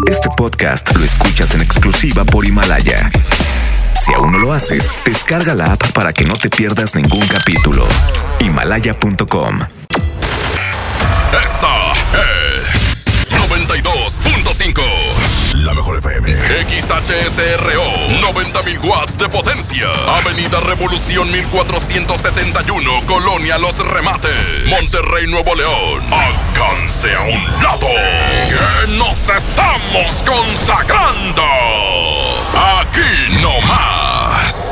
Este podcast lo escuchas en exclusiva por Himalaya. Si aún no lo haces, descarga la app para que no te pierdas ningún capítulo. Himalaya.com. Esta es 92.5. La mejor FM. XHSRO. 90,000 watts de potencia. Avenida Revolución 1471. Colonia Los Remates. Monterrey, Nuevo León. Alcance a un lado. Que nos estamos consagrando. Aquí no más.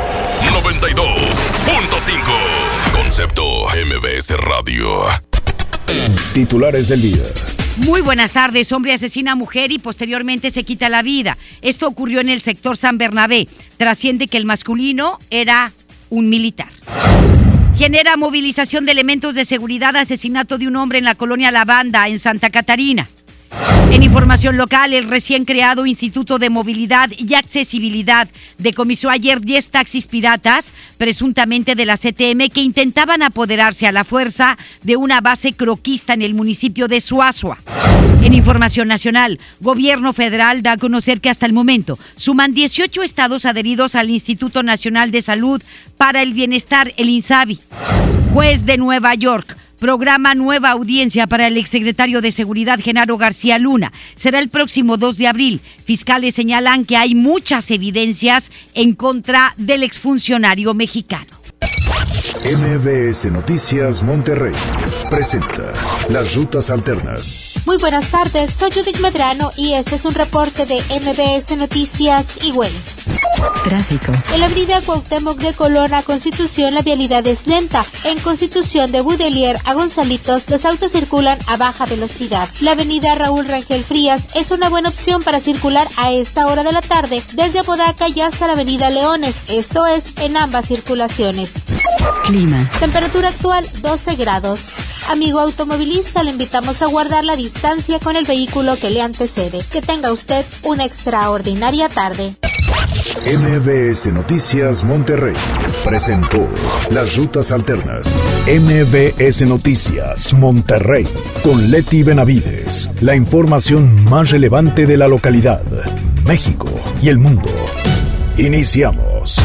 92.5. Concepto MBS Radio. Titulares del día. Muy buenas tardes. Hombre asesina a mujer y posteriormente se quita la vida. Esto ocurrió en el sector San Bernabé. Trasciende que el masculino era un militar. Genera movilización de elementos de seguridad asesinato de un hombre en la colonia La Banda, en Santa Catarina. En información local, el recién creado Instituto de Movilidad y Accesibilidad decomisó ayer 10 taxis piratas, presuntamente de la CTM, que intentaban apoderarse a la fuerza de una base croquista en el municipio de Suazua. En información nacional, Gobierno federal da a conocer que hasta el momento suman 18 estados adheridos al Instituto Nacional de Salud para el Bienestar, el INSABI. Juez de Nueva York programa nueva audiencia para el exsecretario de Seguridad, Genaro García Luna. Será el próximo 2 de abril. Fiscales señalan que hay muchas evidencias en contra del exfuncionario mexicano. MBS Noticias Monterrey presenta Las Rutas Alternas. Muy buenas tardes, soy Judith Medrano y este es un reporte de MBS Noticias Igueles. Tráfico. En la avenida Cuauhtémoc de Colón a Constitución la vialidad es lenta. En Constitución de Budelier a Gonzalitos los autos circulan a baja velocidad. La avenida Raúl Rangel Frías es una buena opción para circular a esta hora de la tarde desde Apodaca y hasta la avenida Leones, esto es en ambas circulaciones. Clima. Temperatura actual 12 grados. Amigo automovilista, le invitamos a guardar la distancia con el vehículo que le antecede. Que tenga usted una extraordinaria tarde. MBS Noticias Monterrey presentó Las Rutas Alternas. MBS Noticias Monterrey con Leti Benavides. La información más relevante de la localidad, México y el mundo. Iniciamos.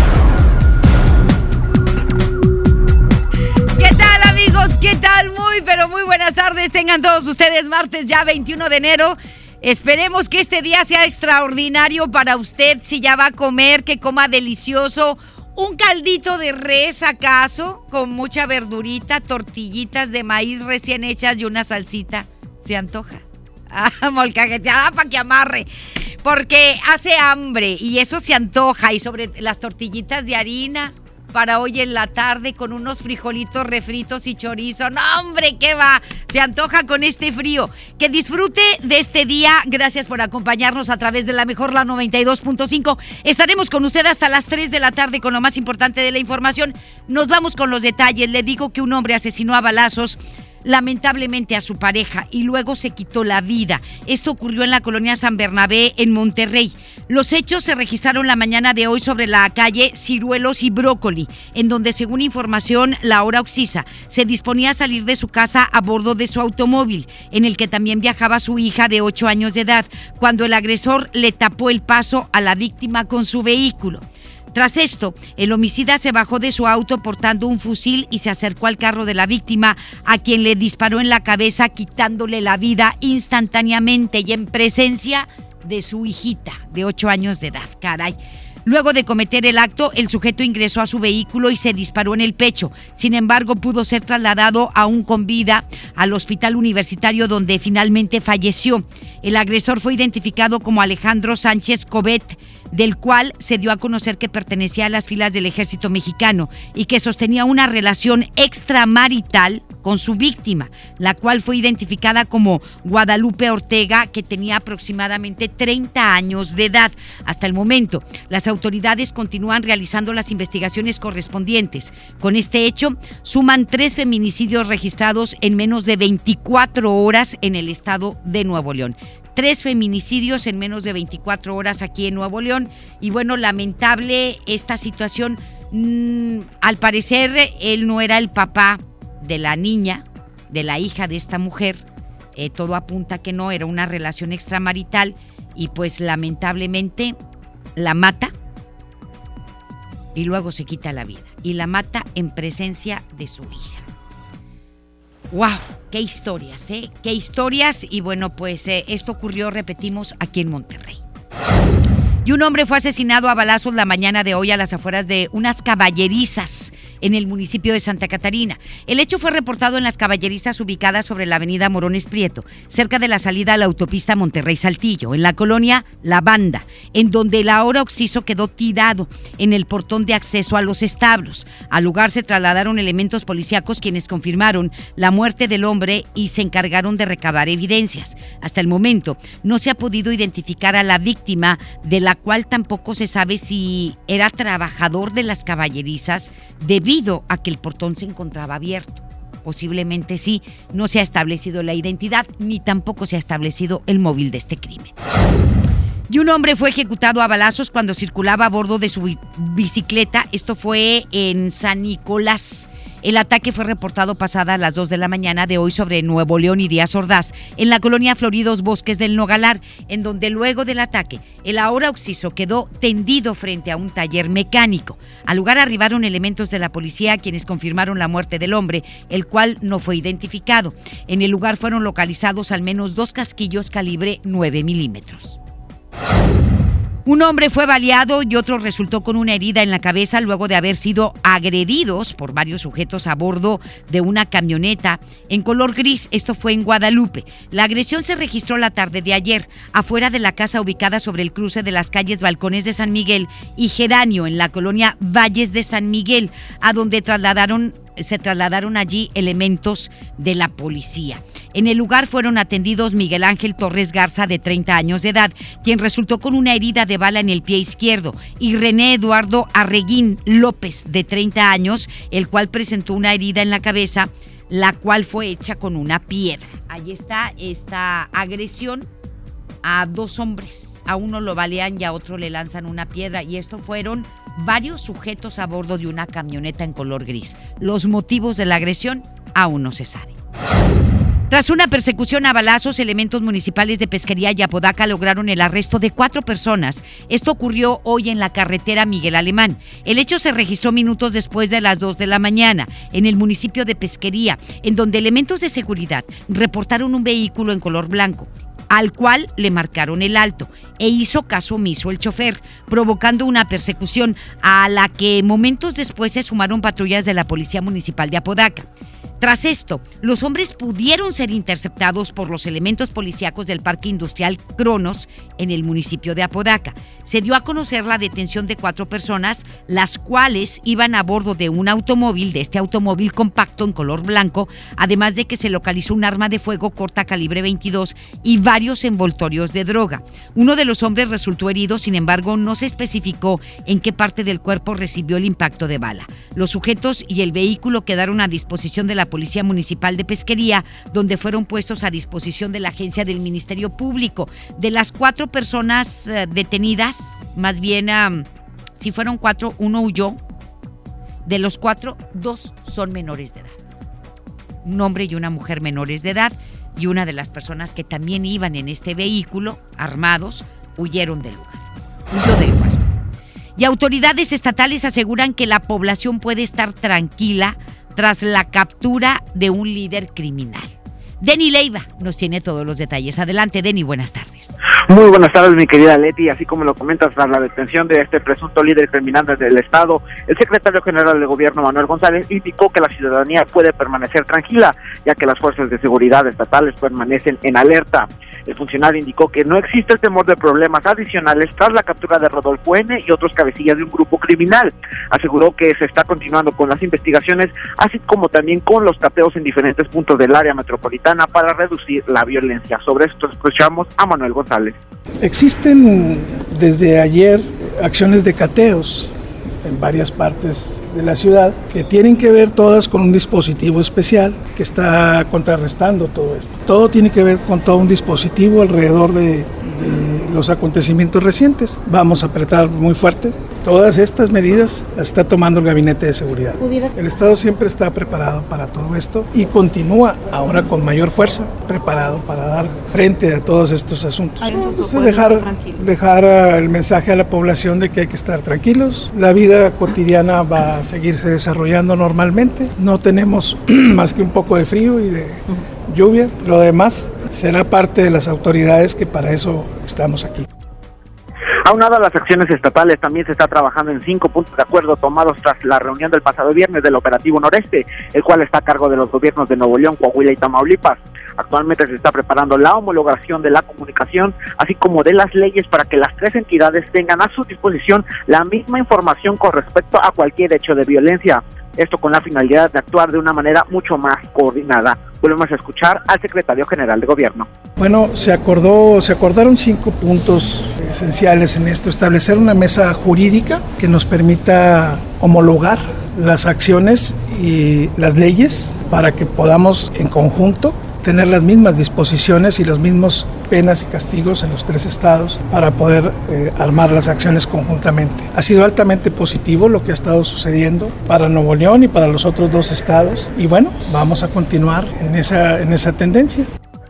¿Qué tal? Muy buenas tardes. Tengan todos ustedes martes ya 21 de enero. Esperemos que este día sea extraordinario para usted. Si ya va a comer, que coma delicioso. Un caldito de res, acaso, con mucha verdurita, tortillitas de maíz recién hechas y una salsita. ¿Se antoja? Molcajeteada para que amarre. Porque hace hambre y eso se antoja. Y sobre las tortillitas de harina para hoy en la tarde con unos frijolitos refritos y chorizo. ¡No, hombre, qué va! Se antoja con este frío. Que disfrute de este día. Gracias por acompañarnos a través de la mejor, la 92.5. Estaremos con usted hasta las 3 de la tarde con lo más importante de la información. Nos vamos con los detalles. Le digo que un hombre asesinó a balazos lamentablemente a su pareja y luego se quitó la vida. Esto ocurrió en la colonia San Bernabé, en Monterrey. Los hechos se registraron la mañana de hoy sobre la calle Ciruelos y Brócoli, en donde, según información, Laura Oxisa se disponía a salir de su casa a bordo de su automóvil, en el que también viajaba su hija de 8 años de edad, cuando el agresor le tapó el paso a la víctima con su vehículo. Tras esto, el homicida se bajó de su auto portando un fusil y se acercó al carro de la víctima, a quien le disparó en la cabeza, quitándole la vida instantáneamente y en presencia de su hijita de 8 años de edad. Caray. Luego de cometer el acto, el sujeto ingresó a su vehículo y se disparó en el pecho. Sin embargo, pudo ser trasladado aún con vida al hospital universitario, donde finalmente falleció. El agresor fue identificado como Alejandro Sánchez Cobet, del cual se dio a conocer que pertenecía a las filas del Ejército Mexicano y que sostenía una relación extramarital con su víctima, la cual fue identificada como Guadalupe Ortega, que tenía aproximadamente 30 años de edad. Hasta el momento, las autoridades continúan realizando las investigaciones correspondientes. Con este hecho, suman 3 feminicidios registrados en menos de 24 horas en el estado de Nuevo León. 3 feminicidios en menos de 24 horas aquí en Nuevo León. Y bueno, lamentable esta situación. Al parecer, él no era el papá de la niña, de la hija de esta mujer. Todo apunta que no, era una relación extramarital. y pues lamentablemente la mata y luego se quita la vida. Y la mata en presencia de su hija. ¡Wow! ¡Qué historias, eh! ¡Qué historias! Y bueno, pues esto ocurrió, repetimos, aquí en Monterrey. Y un hombre fue asesinado a balazos la mañana de hoy a las afueras de unas caballerizas en el municipio de Santa Catarina. El hecho fue reportado en las caballerizas ubicadas sobre la avenida Morones Prieto, cerca de la salida a la autopista Monterrey-Saltillo, en la colonia La Banda, en donde el ahora occiso quedó tirado en el portón de acceso a los establos. Al lugar se trasladaron elementos policíacos quienes confirmaron la muerte del hombre y se encargaron de recabar evidencias. Hasta el momento no se ha podido identificar a la víctima, de la cual tampoco se sabe si era trabajador de las caballerizas debido a que el portón se encontraba abierto. Posiblemente sí, no se ha establecido la identidad ni tampoco se ha establecido el móvil de este crimen. Y un hombre fue ejecutado a balazos cuando circulaba a bordo de su bicicleta. Esto fue en San Nicolás. El ataque fue reportado pasadas las 2 de la mañana de hoy sobre Nuevo León y Díaz Ordaz, en la colonia Floridos Bosques del Nogalar, en donde luego del ataque, el ahora occiso quedó tendido frente a un taller mecánico. Al lugar arribaron elementos de la policía, quienes confirmaron la muerte del hombre, el cual no fue identificado. En el lugar fueron localizados al menos 2 casquillos calibre 9 milímetros. Un hombre fue baleado y otro resultó con una herida en la cabeza luego de haber sido agredidos por varios sujetos a bordo de una camioneta en color gris. Esto fue en Guadalupe. La agresión se registró la tarde de ayer, afuera de la casa ubicada sobre el cruce de las calles Balcones de San Miguel y Geranio, en la colonia Valles de San Miguel, a donde se trasladaron allí elementos de la policía. En el lugar fueron atendidos Miguel Ángel Torres Garza, de 30 años de edad, quien resultó con una herida de bala en el pie izquierdo, y René Eduardo Arreguín López, de 30 años, el cual presentó una herida en la cabeza, la cual fue hecha con una piedra. Ahí está esta agresión a 2 hombres. A uno lo balean y a otro le lanzan una piedra, y esto fueron varios sujetos a bordo de una camioneta en color gris. Los motivos de la agresión aún no se saben. Tras una persecución a balazos, elementos municipales de Pesquería y Apodaca lograron el arresto de 4 personas. Esto ocurrió hoy en la carretera Miguel Alemán. El hecho se registró minutos después de las 2 de la mañana en el municipio de Pesquería, en donde elementos de seguridad reportaron un vehículo en color blanco, al cual le marcaron el alto e hizo caso omiso el chofer, provocando una persecución a la que momentos después se sumaron patrullas de la Policía Municipal de Apodaca. Tras esto, los hombres pudieron ser interceptados por los elementos policíacos del Parque Industrial Cronos en el municipio de Apodaca. Se dio a conocer la detención de 4 personas, las cuales iban a bordo de un automóvil, de este automóvil compacto en color blanco, además de que se localizó un arma de fuego corta calibre 22 y varios envoltorios de droga. Uno de los hombres resultó herido, sin embargo, no se especificó en qué parte del cuerpo recibió el impacto de bala. Los sujetos y el vehículo quedaron a disposición de la Policía Municipal de Pesquería, donde fueron puestos a disposición de la agencia del Ministerio Público. De las 4 personas detenidas, más bien, si fueron 4, uno huyó. De los 4, 2 son menores de edad. Un hombre y una mujer menores de edad, y una de las personas que también iban en este vehículo, armados, huyeron del lugar. Huyó del lugar. Y autoridades estatales aseguran que la población puede estar tranquila tras la captura de un líder criminal. Denny Leiva nos tiene todos los detalles. Adelante, Denny, buenas tardes. Muy buenas tardes, mi querida Leti. Así como lo comentas, tras la detención de este presunto líder criminal del Estado, el secretario general del gobierno, Manuel González, indicó que la ciudadanía puede permanecer tranquila, ya que las fuerzas de seguridad estatales permanecen en alerta. El funcionario indicó que no existe el temor de problemas adicionales tras la captura de Rodolfo N. y otros cabecillas de un grupo criminal. Aseguró que se está continuando con las investigaciones, así como también con los cateos en diferentes puntos del área metropolitana para reducir la violencia. Sobre esto escuchamos a Manuel González. Existen desde ayer acciones de cateos en varias partes de la ciudad que tienen que ver todas con un dispositivo especial que está contrarrestando todo esto. Todo tiene que ver con todo un dispositivo alrededor de los acontecimientos recientes. Vamos a apretar muy fuerte. Todas estas medidas las está tomando el Gabinete de Seguridad. El Estado siempre está preparado para todo esto y continúa ahora con mayor fuerza, preparado para dar frente a todos estos asuntos. Entonces, dejar el mensaje a la población de que hay que estar tranquilos. La vida cotidiana va a seguirse desarrollando normalmente. No tenemos más que un poco de frío y de lluvia. Lo demás será parte de las autoridades, que para eso estamos aquí. Aunado a las acciones estatales, también se está trabajando en 5 puntos de acuerdo tomados tras la reunión del pasado viernes del Operativo Noreste, el cual está a cargo de los gobiernos de Nuevo León, Coahuila y Tamaulipas. Actualmente se está preparando la homologación de la comunicación, así como de las leyes, para que las 3 entidades tengan a su disposición la misma información con respecto a cualquier hecho de violencia. Esto con la finalidad de actuar de una manera mucho más coordinada. Volvemos a escuchar al secretario general de Gobierno. Bueno, se acordaron 5 puntos esenciales en esto. Establecer una mesa jurídica que nos permita homologar las acciones y las leyes para que podamos en conjunto tener las mismas disposiciones y las mismas penas y castigos en los 3 estados para poder armar las acciones conjuntamente. Ha sido altamente positivo lo que ha estado sucediendo para Nuevo León y para los otros 2 estados, y bueno, vamos a continuar en esa tendencia.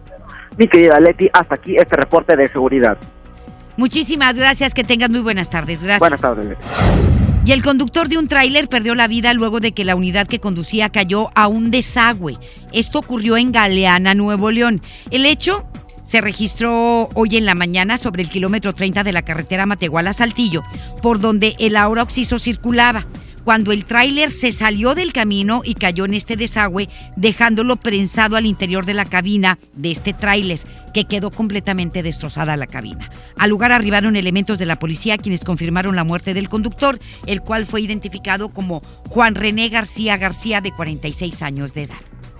Mi querida Leti, hasta aquí este reporte de seguridad. Muchísimas gracias, que tengas muy buenas tardes. Gracias. Buenas tardes, Leti. Y el conductor de un tráiler perdió la vida luego de que la unidad que conducía cayó a un desagüe. Esto ocurrió en Galeana, Nuevo León. El hecho se registró hoy en la mañana sobre el kilómetro 30 de la carretera Matehuala-Saltillo, por donde el Aura Oxiso circulaba, cuando el tráiler se salió del camino y cayó en este desagüe, dejándolo prensado al interior de la cabina de este tráiler, que quedó completamente destrozada la cabina. Al lugar arribaron elementos de la policía, quienes confirmaron la muerte del conductor, el cual fue identificado como Juan René García, de 46 años de edad.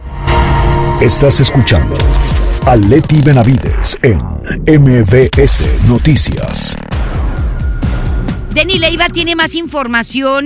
Estás escuchando a Leti Benavides en MBS Noticias. Denny Leiva tiene más información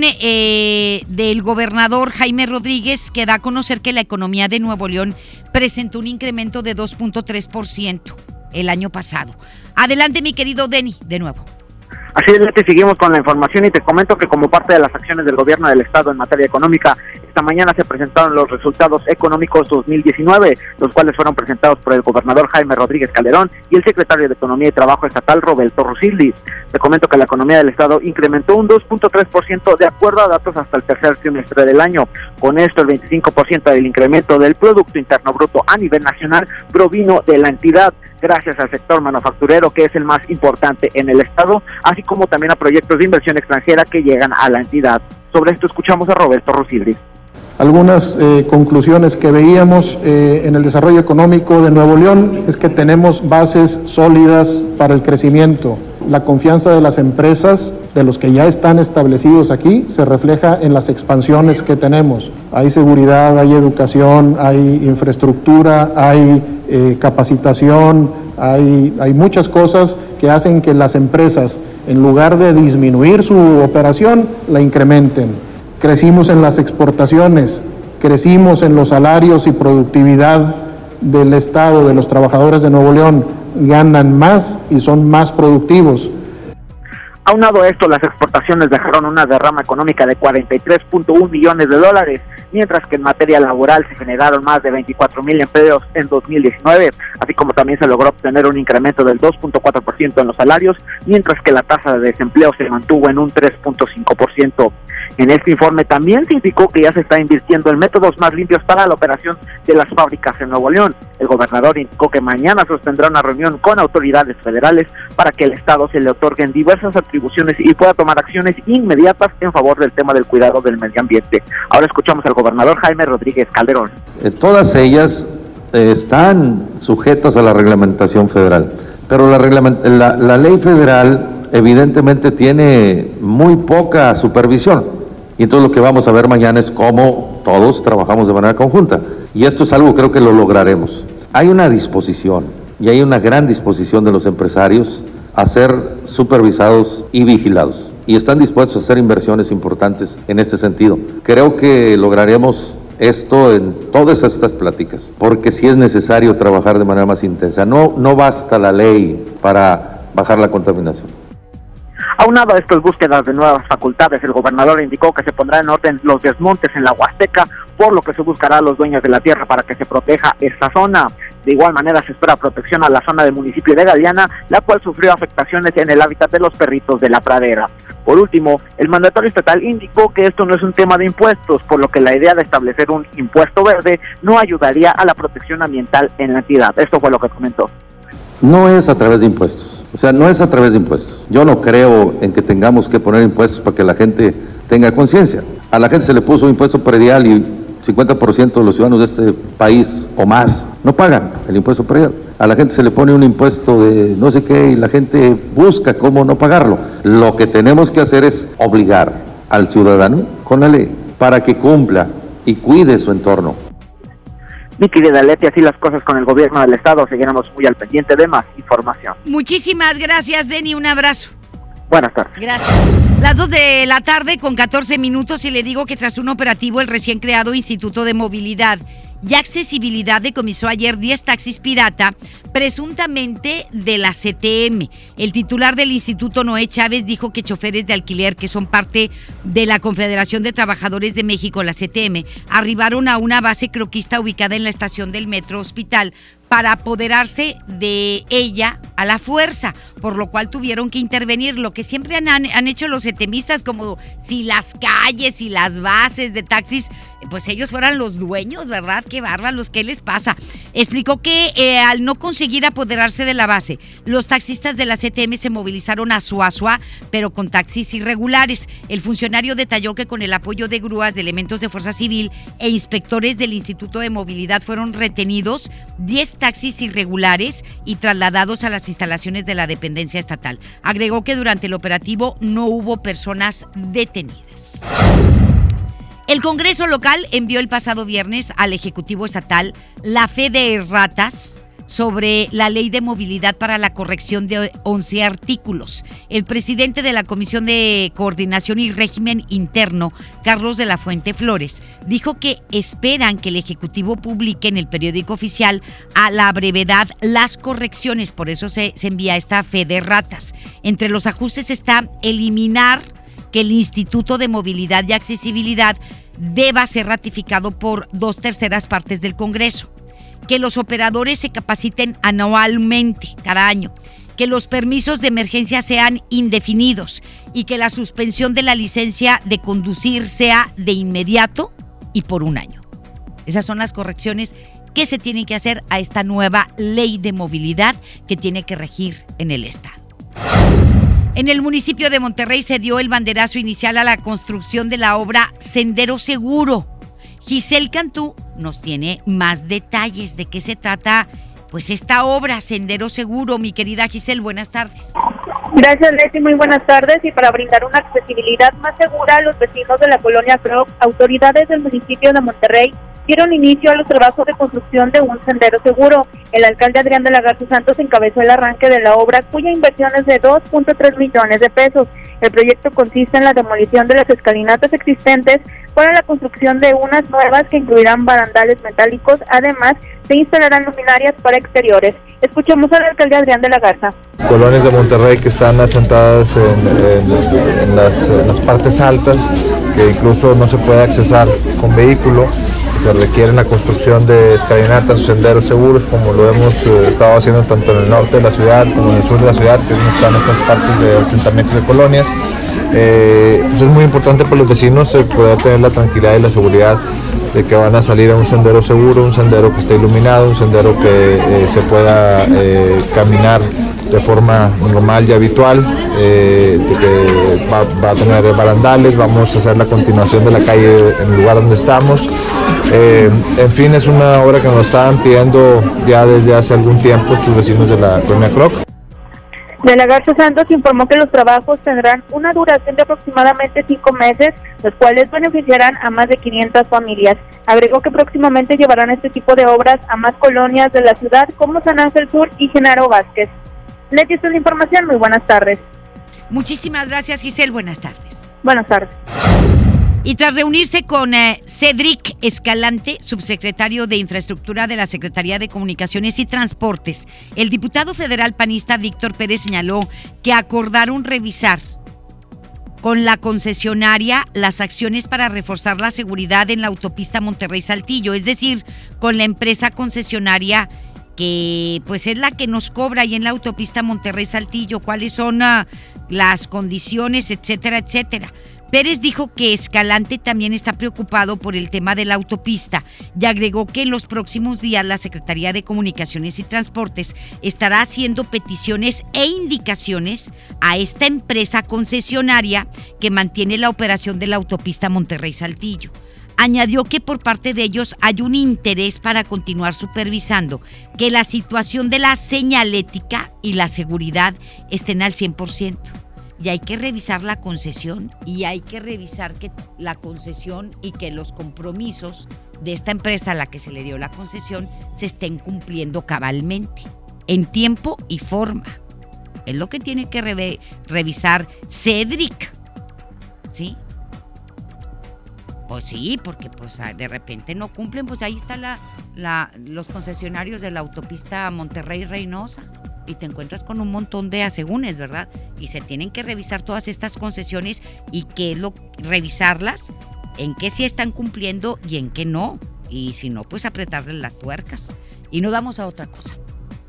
del gobernador Jaime Rodríguez, que da a conocer que la economía de Nuevo León presentó un incremento de 2.3% el año pasado. Adelante, mi querido Denny, de nuevo. Así es, Leti, seguimos con la información y te comento que como parte de las acciones del gobierno del estado en materia económica, esta mañana se presentaron los resultados económicos 2019, los cuales fueron presentados por el gobernador Jaime Rodríguez Calderón y el secretario de Economía y Trabajo estatal, Roberto Rusildi. Te comento que la economía del estado incrementó un 2.3% de acuerdo a datos hasta el tercer trimestre del año. Con esto, el 25% del incremento del Producto Interno Bruto a nivel nacional provino de la entidad, gracias al sector manufacturero, que es el más importante en el estado, así como también a proyectos de inversión extranjera que llegan a la entidad. Sobre esto escuchamos a Roberto Rusildi. Algunas conclusiones que veíamos en el desarrollo económico de Nuevo León es que tenemos bases sólidas para el crecimiento. La confianza de las empresas, de los que ya están establecidos aquí, se refleja en las expansiones que tenemos. Hay seguridad, hay educación, hay infraestructura, hay capacitación, hay muchas cosas que hacen que las empresas, en lugar de disminuir su operación, la incrementen. Crecimos en las exportaciones, crecimos en los salarios y productividad del Estado, de los trabajadores de Nuevo León, ganan más y son más productivos. Aunado a esto, las exportaciones dejaron una derrama económica de 43.1 millones de dólares, mientras que en materia laboral se generaron más de 24,000 empleos en 2019, así como también se logró obtener un incremento del 2.4% en los salarios, mientras que la tasa de desempleo se mantuvo en un 3.5%. En este informe también se indicó que ya se está invirtiendo en métodos más limpios para la operación de las fábricas en Nuevo León. El gobernador indicó que mañana sostendrá una reunión con autoridades federales para que el Estado se le otorguen diversas atribuciones y pueda tomar acciones inmediatas en favor del tema del cuidado del medio ambiente. Ahora escuchamos al gobernador Jaime Rodríguez Calderón. Todas ellas están sujetas a la reglamentación federal, pero la ley federal evidentemente tiene muy poca supervisión. Y entonces lo que vamos a ver mañana es cómo todos trabajamos de manera conjunta. Y esto es algo, creo que lo lograremos. Hay una disposición, y hay una gran disposición de los empresarios a ser supervisados y vigilados. Y están dispuestos a hacer inversiones importantes en este sentido. Creo que lograremos esto en todas estas pláticas, porque sí es necesario trabajar de manera más intensa. No basta la ley para bajar la contaminación. Aunado a estas búsquedas de nuevas facultades, el gobernador indicó que se pondrá en orden los desmontes en la Huasteca, por lo que se buscará a los dueños de la tierra para que se proteja esta zona. De igual manera se espera protección a la zona del municipio de Galeana, la cual sufrió afectaciones en el hábitat de los perritos de la pradera. Por último, el mandatario estatal indicó que esto no es un tema de impuestos, por lo que la idea de establecer un impuesto verde no ayudaría a la protección ambiental en la entidad. Esto fue lo que comentó. No es a través de impuestos. O sea, no es a través de impuestos. Yo no creo en que tengamos que poner impuestos para que la gente tenga conciencia. A la gente se le puso un impuesto predial y 50% de los ciudadanos de este país o más no pagan el impuesto predial. A la gente se le pone un impuesto de no sé qué y la gente busca cómo no pagarlo. Lo que tenemos que hacer es obligar al ciudadano con la ley para que cumpla y cuide su entorno. Mi querida Leti, así las cosas con el gobierno del estado, seguiremos muy al pendiente de más información. Muchísimas gracias, Denny, un abrazo. Buenas tardes. Gracias. Las 2 de la tarde con 14 minutos y le digo que tras un operativo el recién creado Instituto de Movilidad y Accesibilidad decomisó ayer 10 taxis pirata, presuntamente de la CTM. El titular del instituto, Noé Chávez, dijo que choferes de alquiler que son parte de la Confederación de Trabajadores de México, la CTM, arribaron a una base croquista ubicada en la estación del Metro Hospital para apoderarse de ella a la fuerza, por lo cual tuvieron que intervenir, lo que siempre han hecho los CTMistas, como si las calles y las bases de taxis, pues ellos fueran los dueños, ¿verdad? Qué bárbaros, ¿qué les pasa? Explicó que al no conseguir apoderarse de la base, los taxistas de la CTM se movilizaron a Suazua, pero con taxis irregulares. El funcionario detalló que con el apoyo de grúas, de elementos de Fuerza Civil e inspectores del Instituto de Movilidad fueron retenidos 10 taxis irregulares y trasladados a las instalaciones de la dependencia estatal. Agregó que durante el operativo no hubo personas detenidas. El Congreso local envió el pasado viernes al Ejecutivo Estatal la fe de erratas sobre la Ley de Movilidad para la corrección de 11 artículos. El presidente de la Comisión de Coordinación y Régimen Interno, Carlos de la Fuente Flores, dijo que esperan que el Ejecutivo publique en el periódico oficial a la brevedad las correcciones, por eso se envía esta fe de erratas. Entre los ajustes está eliminar que el Instituto de Movilidad y Accesibilidad deba ser ratificado por 2/3 partes del Congreso, que los operadores se capaciten anualmente, cada año, que los permisos de emergencia sean indefinidos y que la suspensión de la licencia de conducir sea de inmediato y por un año. Esas son las correcciones que se tienen que hacer a esta nueva ley de movilidad que tiene que regir en el Estado. En el municipio de Monterrey se dio el banderazo inicial a la construcción de la obra Sendero Seguro. Giselle Cantú nos tiene más detalles de qué se trata, pues esta obra Sendero Seguro. Mi querida Giselle, buenas tardes. Gracias, Leti, muy buenas tardes. Y para brindar una accesibilidad más segura a los vecinos de la colonia Croc, autoridades del municipio de Monterrey dieron inicio a los trabajos de construcción de un sendero seguro. El alcalde Adrián de la Garza Santos encabezó el arranque de la obra, cuya inversión es de 2.3 millones de pesos. El proyecto consiste en la demolición de las escalinatas existentes para la construcción de unas nuevas que incluirán barandales metálicos. Además, se instalarán luminarias para exteriores. Escuchemos al alcalde Adrián de la Garza. Colonias de Monterrey que están asentadas en las partes altas, que incluso no se puede accesar con vehículo. Se requiere la construcción de escalinatas o senderos seguros, como lo hemos estado haciendo tanto en el norte de la ciudad como en el sur de la ciudad, que están estas partes de asentamiento de colonias. Pues es muy importante para los vecinos poder tener la tranquilidad y la seguridad de que van a salir a un sendero seguro, un sendero que esté iluminado, un sendero que se pueda caminar de forma normal y habitual, de que va a tener barandales. Vamos a hacer la continuación de la calle en el lugar donde estamos. En fin, es una obra que nos estaban pidiendo ya desde hace algún tiempo estos vecinos de la colonia Croc. De la Garza Santos informó que los trabajos tendrán una duración de aproximadamente 5 meses, los cuales beneficiarán a más de 500 familias. Agregó que próximamente llevarán este tipo de obras a más colonias de la ciudad como San Ángel Sur y Genaro Vázquez. Leti, esta es la información. Muy buenas tardes. Muchísimas gracias, Giselle. Buenas tardes. Buenas tardes. Y tras reunirse con Cedric Escalante, subsecretario de Infraestructura de la Secretaría de Comunicaciones y Transportes, el diputado federal panista Víctor Pérez señaló que acordaron revisar con la concesionaria las acciones para reforzar la seguridad en la autopista Monterrey-Saltillo, es decir, con la empresa concesionaria que pues es la que nos cobra ahí en la autopista Monterrey-Saltillo, cuáles son las condiciones, etcétera, etcétera. Pérez dijo que Escalante también está preocupado por el tema de la autopista y agregó que en los próximos días la Secretaría de Comunicaciones y Transportes estará haciendo peticiones e indicaciones a esta empresa concesionaria que mantiene la operación de la autopista Monterrey-Saltillo. Añadió que por parte de ellos hay un interés para continuar supervisando que la situación de la señalética y la seguridad estén al 100%. Y hay que revisar la concesión y hay que revisar que la concesión y que los compromisos de esta empresa a la que se le dio la concesión se estén cumpliendo cabalmente, en tiempo y forma. Es lo que tiene que revisar Cedric, ¿sí? Pues sí, porque pues de repente no cumplen, pues ahí está los concesionarios de la autopista Monterrey-Reynosa. Y te encuentras con un montón de asegúnes, ¿verdad? Y se tienen que revisar todas estas concesiones y revisarlas, en qué sí están cumpliendo y en qué no. Y si no, pues apretarles las tuercas. Y no damos a otra cosa.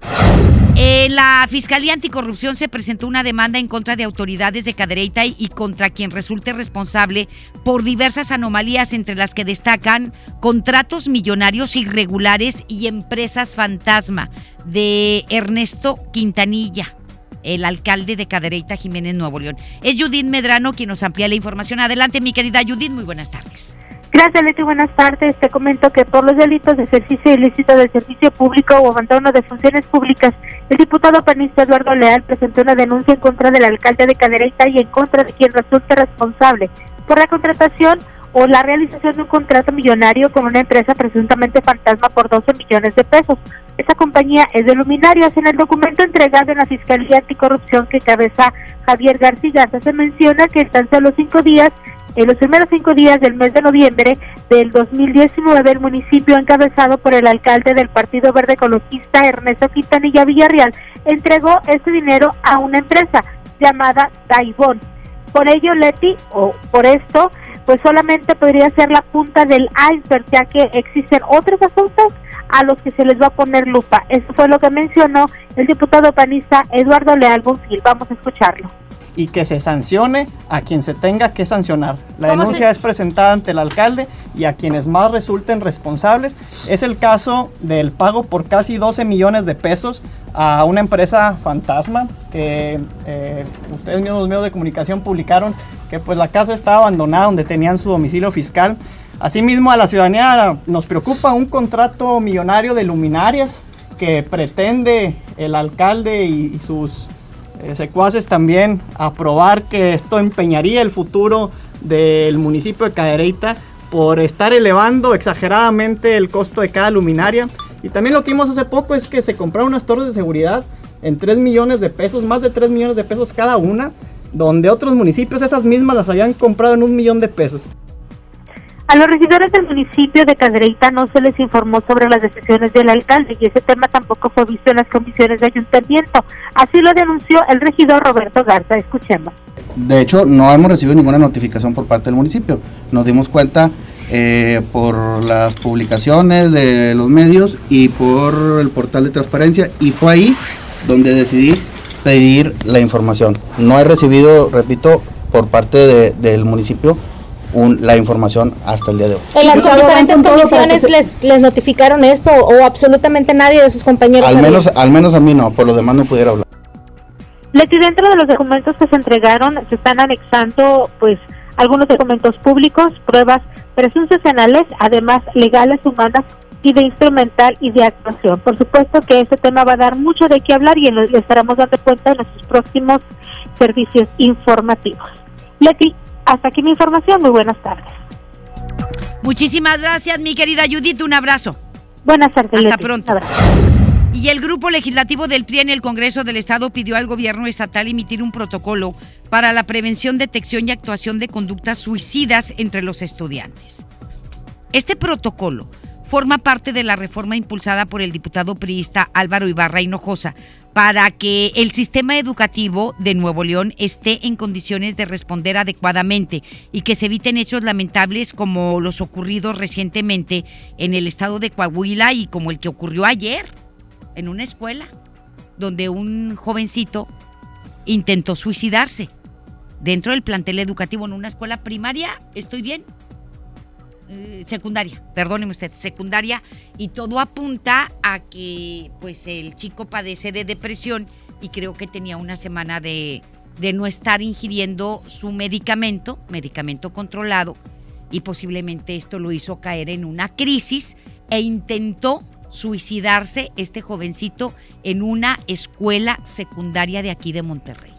En la Fiscalía Anticorrupción se presentó una demanda en contra de autoridades de Cadereyta y contra quien resulte responsable por diversas anomalías, entre las que destacan contratos millonarios irregulares y empresas fantasma de Ernesto Quintanilla, el alcalde de Cadereyta, Jiménez, Nuevo León. Es Judith Medrano quien nos amplía la información. Adelante, mi querida Judith, muy buenas tardes. Gracias, Leti, buenas tardes. Te comento que por los delitos de ejercicio ilícito del servicio público o abandono de funciones públicas, el diputado panista Eduardo Leal presentó una denuncia en contra del alcalde de Cadereyta y en contra de quien resulte responsable por la contratación o la realización de un contrato millonario con una empresa presuntamente fantasma por 12 millones de pesos. Esta compañía es de luminarias. En el documento entregado en la Fiscalía Anticorrupción que encabeza Javier García se menciona que en tan solo 5 días, en los primeros 5 días del mes de noviembre del 2019, el municipio encabezado por el alcalde del Partido Verde Ecologista, Ernesto Quintanilla Villarreal, entregó este dinero a una empresa llamada Daibon. Por ello, Leti, o por esto, pues solamente podría ser la punta del iceberg, ya que existen otros asuntos a los que se les va a poner lupa. Eso fue lo que mencionó el diputado panista Eduardo Leal Bonfil. Vamos a escucharlo. Y que se sancione a quien se tenga que sancionar. La denuncia es presentada ante el alcalde y a quienes más resulten responsables. Es el caso del pago por casi 12 millones de pesos a una empresa fantasma que ustedes mismos, los medios de comunicación, publicaron que pues la casa estaba abandonada donde tenían su domicilio fiscal. Asimismo, a la ciudadanía nos preocupa un contrato millonario de luminarias que pretende el alcalde y sus secuaces también aprobar, que esto empeñaría el futuro del municipio de Cadereyta por estar elevando exageradamente el costo de cada luminaria. Y también lo que vimos hace poco es que se compraron unas torres de seguridad en 3 millones de pesos, más de 3 millones de pesos cada una, donde otros municipios esas mismas las habían comprado en 1 millón de pesos. A los regidores del municipio de Cadereyta no se les informó sobre las decisiones del alcalde y ese tema tampoco fue visto en las comisiones de ayuntamiento. Así lo denunció el regidor Roberto Garza. Escuchemos. De hecho, no hemos recibido ninguna notificación por parte del municipio. Nos dimos cuenta por las publicaciones de los medios y por el portal de transparencia, y fue ahí donde decidí pedir la información. No he recibido, repito, por parte del municipio la información hasta el día de hoy. ¿En las diferentes comisiones les notificaron esto o absolutamente nadie de sus compañeros? Al menos a mí no, por lo demás no pudiera hablar. Leti, dentro de los documentos que se entregaron se están anexando pues algunos documentos públicos, pruebas presuncionales, además legales, humanas y de instrumental y de actuación. Por supuesto que este tema va a dar mucho de qué hablar y le estaremos dando cuenta en nuestros próximos servicios informativos. Leti, hasta aquí mi información. Muy buenas tardes. Muchísimas gracias, mi querida Judith. Un abrazo. Buenas tardes. Hasta Leti. pronto. Un abrazo. Y el grupo legislativo del PRI en el Congreso del Estado pidió al gobierno estatal emitir un protocolo para la prevención, detección y actuación de conductas suicidas entre los estudiantes. Este protocolo forma parte de la reforma impulsada por el diputado priista Álvaro Ibarra Hinojosa para que el sistema educativo de Nuevo León esté en condiciones de responder adecuadamente y que se eviten hechos lamentables como los ocurridos recientemente en el estado de Coahuila y como el que ocurrió ayer en una escuela donde un jovencito intentó suicidarse dentro del plantel educativo en una escuela primaria. ¿Estoy bien? Secundaria, perdóneme usted, secundaria, y todo apunta a que pues el chico padece de depresión y creo que tenía una semana de no estar ingiriendo su medicamento controlado, y posiblemente esto lo hizo caer en una crisis e intentó suicidarse este jovencito en una escuela secundaria de aquí de Monterrey.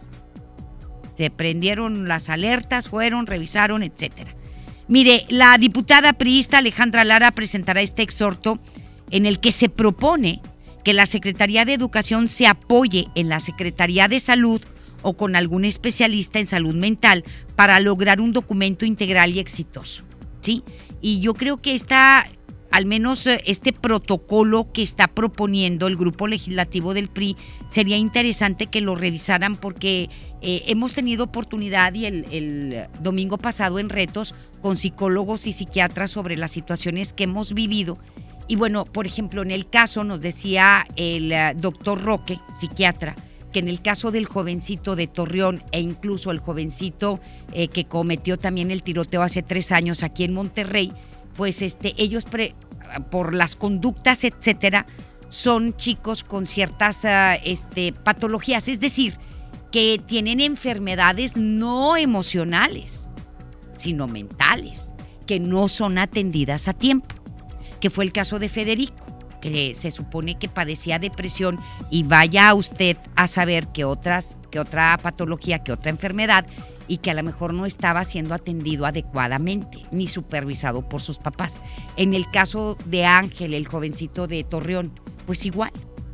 Se prendieron las alertas, fueron, revisaron, etcétera. Mire, la diputada priista Alejandra Lara presentará este exhorto en el que se propone que la Secretaría de Educación se apoye en la Secretaría de Salud o con algún especialista en salud mental para lograr un documento integral y exitoso, ¿sí? Y yo creo que al menos este protocolo que está proponiendo el grupo legislativo del PRI, sería interesante que lo revisaran porque hemos tenido oportunidad y el domingo pasado en retos con psicólogos y psiquiatras sobre las situaciones que hemos vivido. Y bueno, por ejemplo, en el caso nos decía el doctor Roque, psiquiatra, que en el caso del jovencito de Torreón e incluso el jovencito que cometió también el tiroteo hace 3 años aquí en Monterrey, pues ellos por las conductas, etcétera, son chicos con ciertas patologías, es decir, que tienen enfermedades no emocionales, sino mentales, que no son atendidas a tiempo, que fue el caso de Federico, que se supone que padecía depresión, y vaya usted a saber que otra patología, que otra enfermedad, y que a lo mejor no estaba siendo atendido adecuadamente ni supervisado por sus papás. En el caso de Ángel, el jovencito de Torreón, pues igual.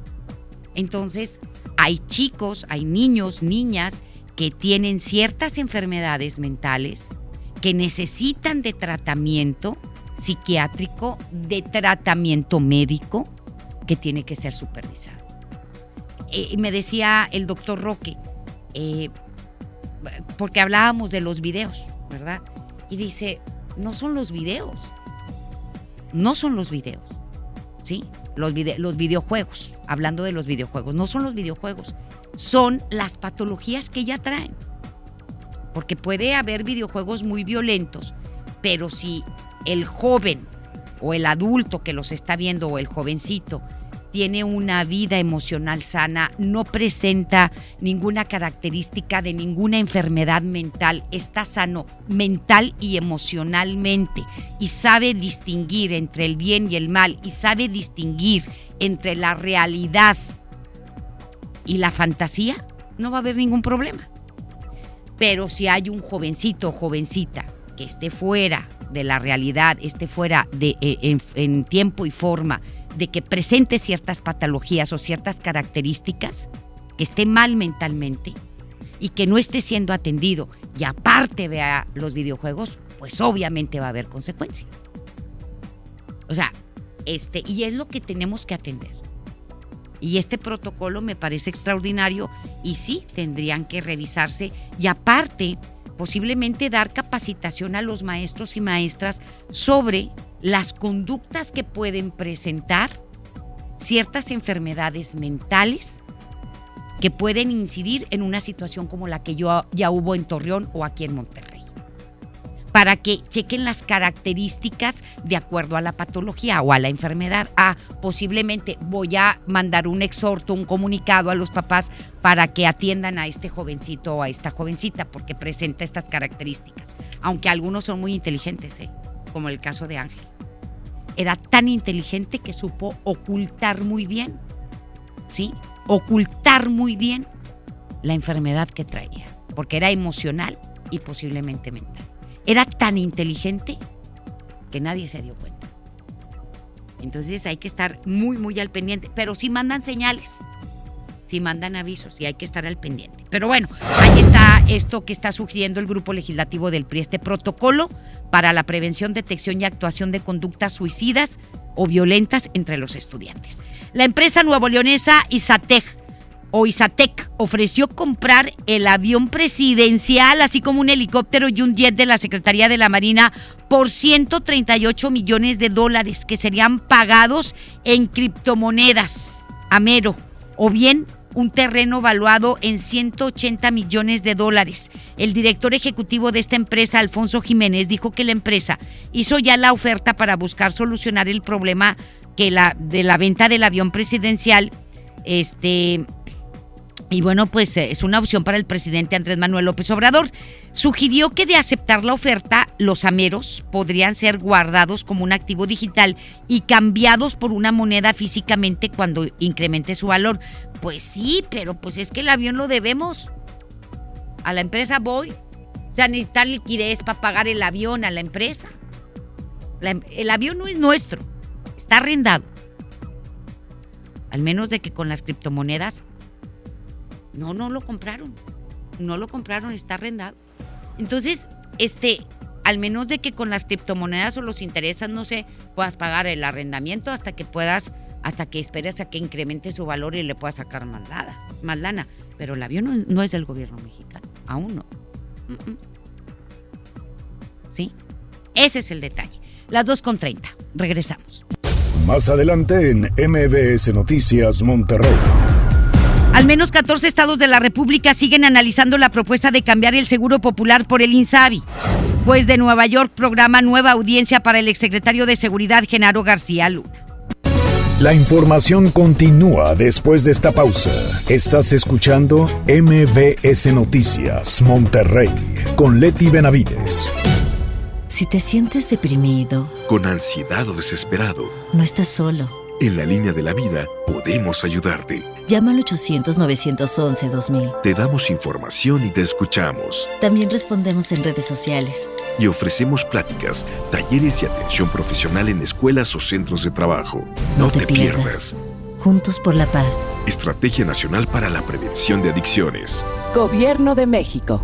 Entonces, hay chicos, hay niños, niñas que tienen ciertas enfermedades mentales que necesitan de tratamiento psiquiátrico, de tratamiento médico, que tiene que ser supervisado. Me decía el doctor Roque, porque hablábamos de los videos, ¿verdad? Y dice, no son los videos, ¿sí? Los videojuegos, hablando de los videojuegos, no son los videojuegos, son las patologías que ya traen. Porque puede haber videojuegos muy violentos, pero si el joven o el adulto que los está viendo o el jovencito tiene una vida emocional sana, no presenta ninguna característica de ninguna enfermedad mental, está sano mental y emocionalmente y sabe distinguir entre el bien y el mal y sabe distinguir entre la realidad y la fantasía, no va a haber ningún problema. Pero si hay un jovencito o jovencita que esté fuera de la realidad, esté fuera en tiempo y forma, de que presente ciertas patologías o ciertas características, que esté mal mentalmente y que no esté siendo atendido y aparte vea los videojuegos, pues obviamente va a haber consecuencias. O sea, y es lo que tenemos que atender. Y este protocolo me parece extraordinario y sí tendrían que revisarse y aparte posiblemente dar capacitación a los maestros y maestras sobre las conductas que pueden presentar ciertas enfermedades mentales que pueden incidir en una situación como la que ya hubo en Torreón o aquí en Monterrey, para que chequen las características de acuerdo a la patología o a la enfermedad. Posiblemente voy a mandar un exhorto, un comunicado a los papás para que atiendan a este jovencito o a esta jovencita porque presenta estas características, aunque algunos son muy inteligentes, como el caso de Ángel. Era tan inteligente que supo ocultar muy bien, ¿sí? Ocultar muy bien la enfermedad que traía, porque era emocional y posiblemente mental. Era tan inteligente que nadie se dio cuenta. Entonces hay que estar muy, muy al pendiente. Pero sí mandan señales, sí mandan avisos y hay que estar al pendiente. Pero bueno, ahí está esto que está sugiriendo el Grupo Legislativo del PRI, este protocolo para la prevención, detección y actuación de conductas suicidas o violentas entre los estudiantes. La empresa nuevoleonesa Izatec ofreció comprar el avión presidencial, así como un helicóptero y un jet de la Secretaría de la Marina por $138 millones que serían pagados en criptomonedas, Amero, o bien un terreno valuado en $180 millones. El director ejecutivo de esta empresa, Alfonso Jiménez, dijo que la empresa hizo ya la oferta para buscar solucionar el problema de la venta del avión presidencial. Y bueno, pues es una opción para el presidente Andrés Manuel López Obrador. Sugirió que de aceptar la oferta, los ameros podrían ser guardados como un activo digital y cambiados por una moneda físicamente cuando incremente su valor. Pues sí, pero pues es que el avión lo debemos a la empresa Boeing. O sea, necesita liquidez para pagar el avión a la empresa. El avión no es nuestro, está arrendado. Al menos de que con las criptomonedas no lo compraron. No lo compraron, está arrendado. Entonces, al menos de que con las criptomonedas o los intereses, no sé, puedas pagar el arrendamiento hasta que esperes a que incremente su valor y le puedas sacar más lana. Pero el avión no es del gobierno mexicano, aún no. ¿Sí? Ese es el detalle. Las 2:30. Regresamos. Más adelante en MBS Noticias Monterrey. Al menos 14 estados de la República siguen analizando la propuesta de cambiar el Seguro Popular por el INSABI. Juez de Nueva York programa nueva audiencia para el exsecretario de Seguridad, Genaro García Luna. La información continúa después de esta pausa. Estás escuchando MBS Noticias Monterrey con Leti Benavides. Si te sientes deprimido, con ansiedad o desesperado, no estás solo. En la línea de la vida podemos ayudarte. Llama al 800-911-2000. Te damos información y te escuchamos. También respondemos en redes sociales. Y ofrecemos pláticas, talleres y atención profesional en escuelas o centros de trabajo. No te pierdas. Juntos por la paz. Estrategia Nacional para la Prevención de Adicciones. Gobierno de México.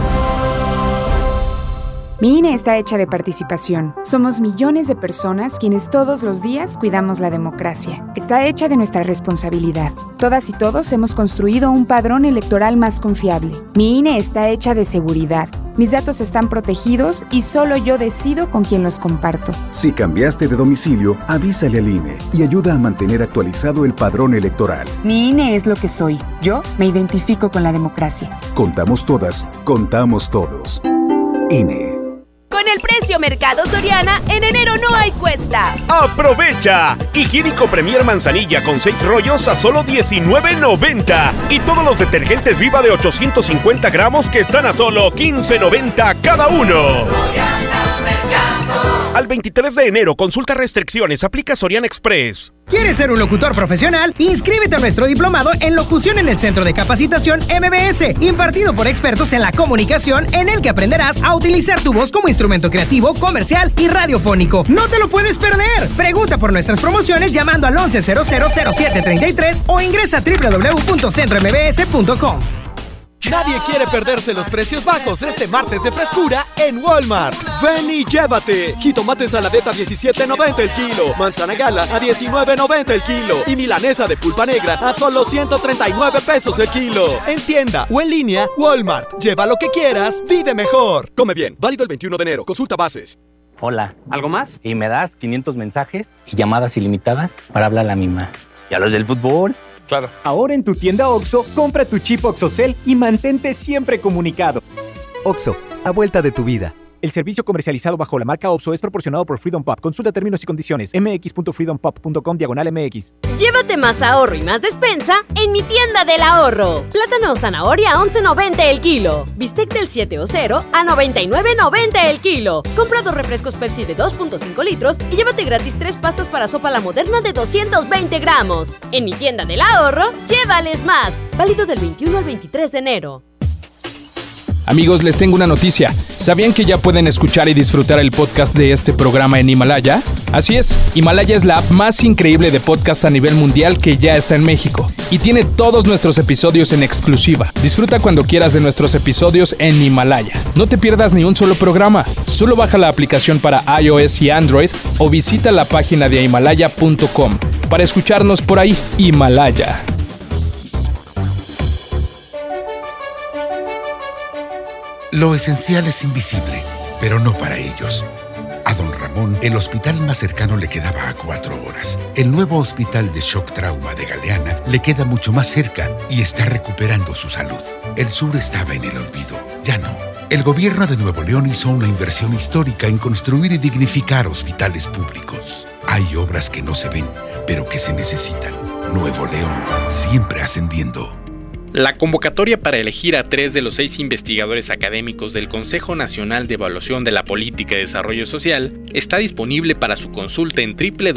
Mi INE está hecha de participación. Somos millones de personas quienes todos los días cuidamos la democracia. Está hecha de nuestra responsabilidad. Todas y todos hemos construido un padrón electoral más confiable. Mi INE está hecha de seguridad. Mis datos están protegidos y solo yo decido con quién los comparto. Si cambiaste de domicilio, avísale al INE y ayuda a mantener actualizado el padrón electoral. Mi INE es lo que soy. Yo me identifico con la democracia. Contamos todas, contamos todos. INE. Con el precio Mercado Soriana, en enero no hay cuesta. ¡Aprovecha! Higiénico Premier Manzanilla con 6 rollos a solo $19.90. Y todos los detergentes Viva de 850 gramos que están a solo $15.90 cada uno. Al 23 de enero, consulta restricciones, aplica Soriana Express. ¿Quieres ser un locutor profesional? Inscríbete a nuestro diplomado en locución en el Centro de Capacitación MBS, impartido por expertos en la comunicación, en el que aprenderás a utilizar tu voz como instrumento creativo, comercial y radiofónico. ¡No te lo puedes perder! Pregunta por nuestras promociones llamando al 11000733 o ingresa a www.centrombs.com. Nadie quiere perderse los precios bajos este martes de frescura en Walmart. Ven y llévate. Jitomate saladeta a $17.90 el kilo. Manzana gala a $19.90 el kilo. Y milanesa de pulpa negra a solo $139 el kilo. En tienda o en línea, Walmart. Lleva lo que quieras, vive mejor. Come bien. Válido el 21 de enero. Consulta bases. Hola. ¿Algo más? Y me das 500 mensajes y llamadas ilimitadas para hablar a la misma. ¿Y a los del fútbol? Claro. Ahora en tu tienda OXXO, compra tu chip OXXOCEL y mantente siempre comunicado. OXXO, a vuelta de tu vida. El servicio comercializado bajo la marca OXXO es proporcionado por Freedom Pop. Consulta términos y condiciones. mx.freedompop.com/MX. Llévate más ahorro y más despensa en mi tienda del ahorro. Plátano o zanahoria a $11.90 el kilo. Bistec del 7 o 0 a $99.90 el kilo. Compra 2 refrescos Pepsi de 2.5 litros y llévate gratis 3 pastas para sopa La Moderna de 220 gramos. En mi tienda del ahorro, llévales más. Válido del 21 al 23 de enero. Amigos, les tengo una noticia. ¿Sabían que ya pueden escuchar y disfrutar el podcast de este programa en Himalaya? Así es, Himalaya es la app más increíble de podcast a nivel mundial que ya está en México y tiene todos nuestros episodios en exclusiva. Disfruta cuando quieras de nuestros episodios en Himalaya. No te pierdas ni un solo programa. Solo baja la aplicación para iOS y Android o visita la página de himalaya.com para escucharnos por ahí. Himalaya. Lo esencial es invisible, pero no para ellos. A don Ramón, el hospital más cercano le quedaba a 4 horas. El nuevo hospital de shock trauma de Galeana le queda mucho más cerca y está recuperando su salud. El sur estaba en el olvido, ya no. El gobierno de Nuevo León hizo una inversión histórica en construir y dignificar hospitales públicos. Hay obras que no se ven, pero que se necesitan. Nuevo León, siempre ascendiendo. La convocatoria para elegir a 3 de los 6 investigadores académicos del Consejo Nacional de Evaluación de la Política de Desarrollo Social está disponible para su consulta en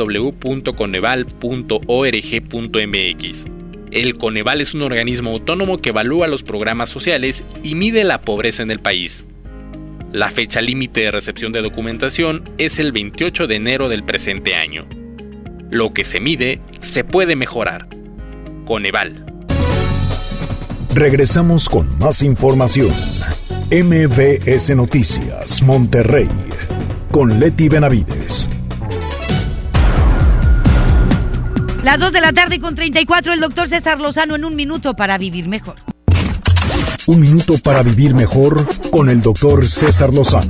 www.coneval.org.mx. El Coneval es un organismo autónomo que evalúa los programas sociales y mide la pobreza en el país. La fecha límite de recepción de documentación es el 28 de enero del presente año. Lo que se mide se puede mejorar. Coneval. Regresamos con más información. MBS Noticias, Monterrey, con Leti Benavides. Las 2 de la tarde con 34, el doctor César Lozano en Un Minuto para Vivir Mejor. Un minuto para vivir mejor con el doctor César Lozano.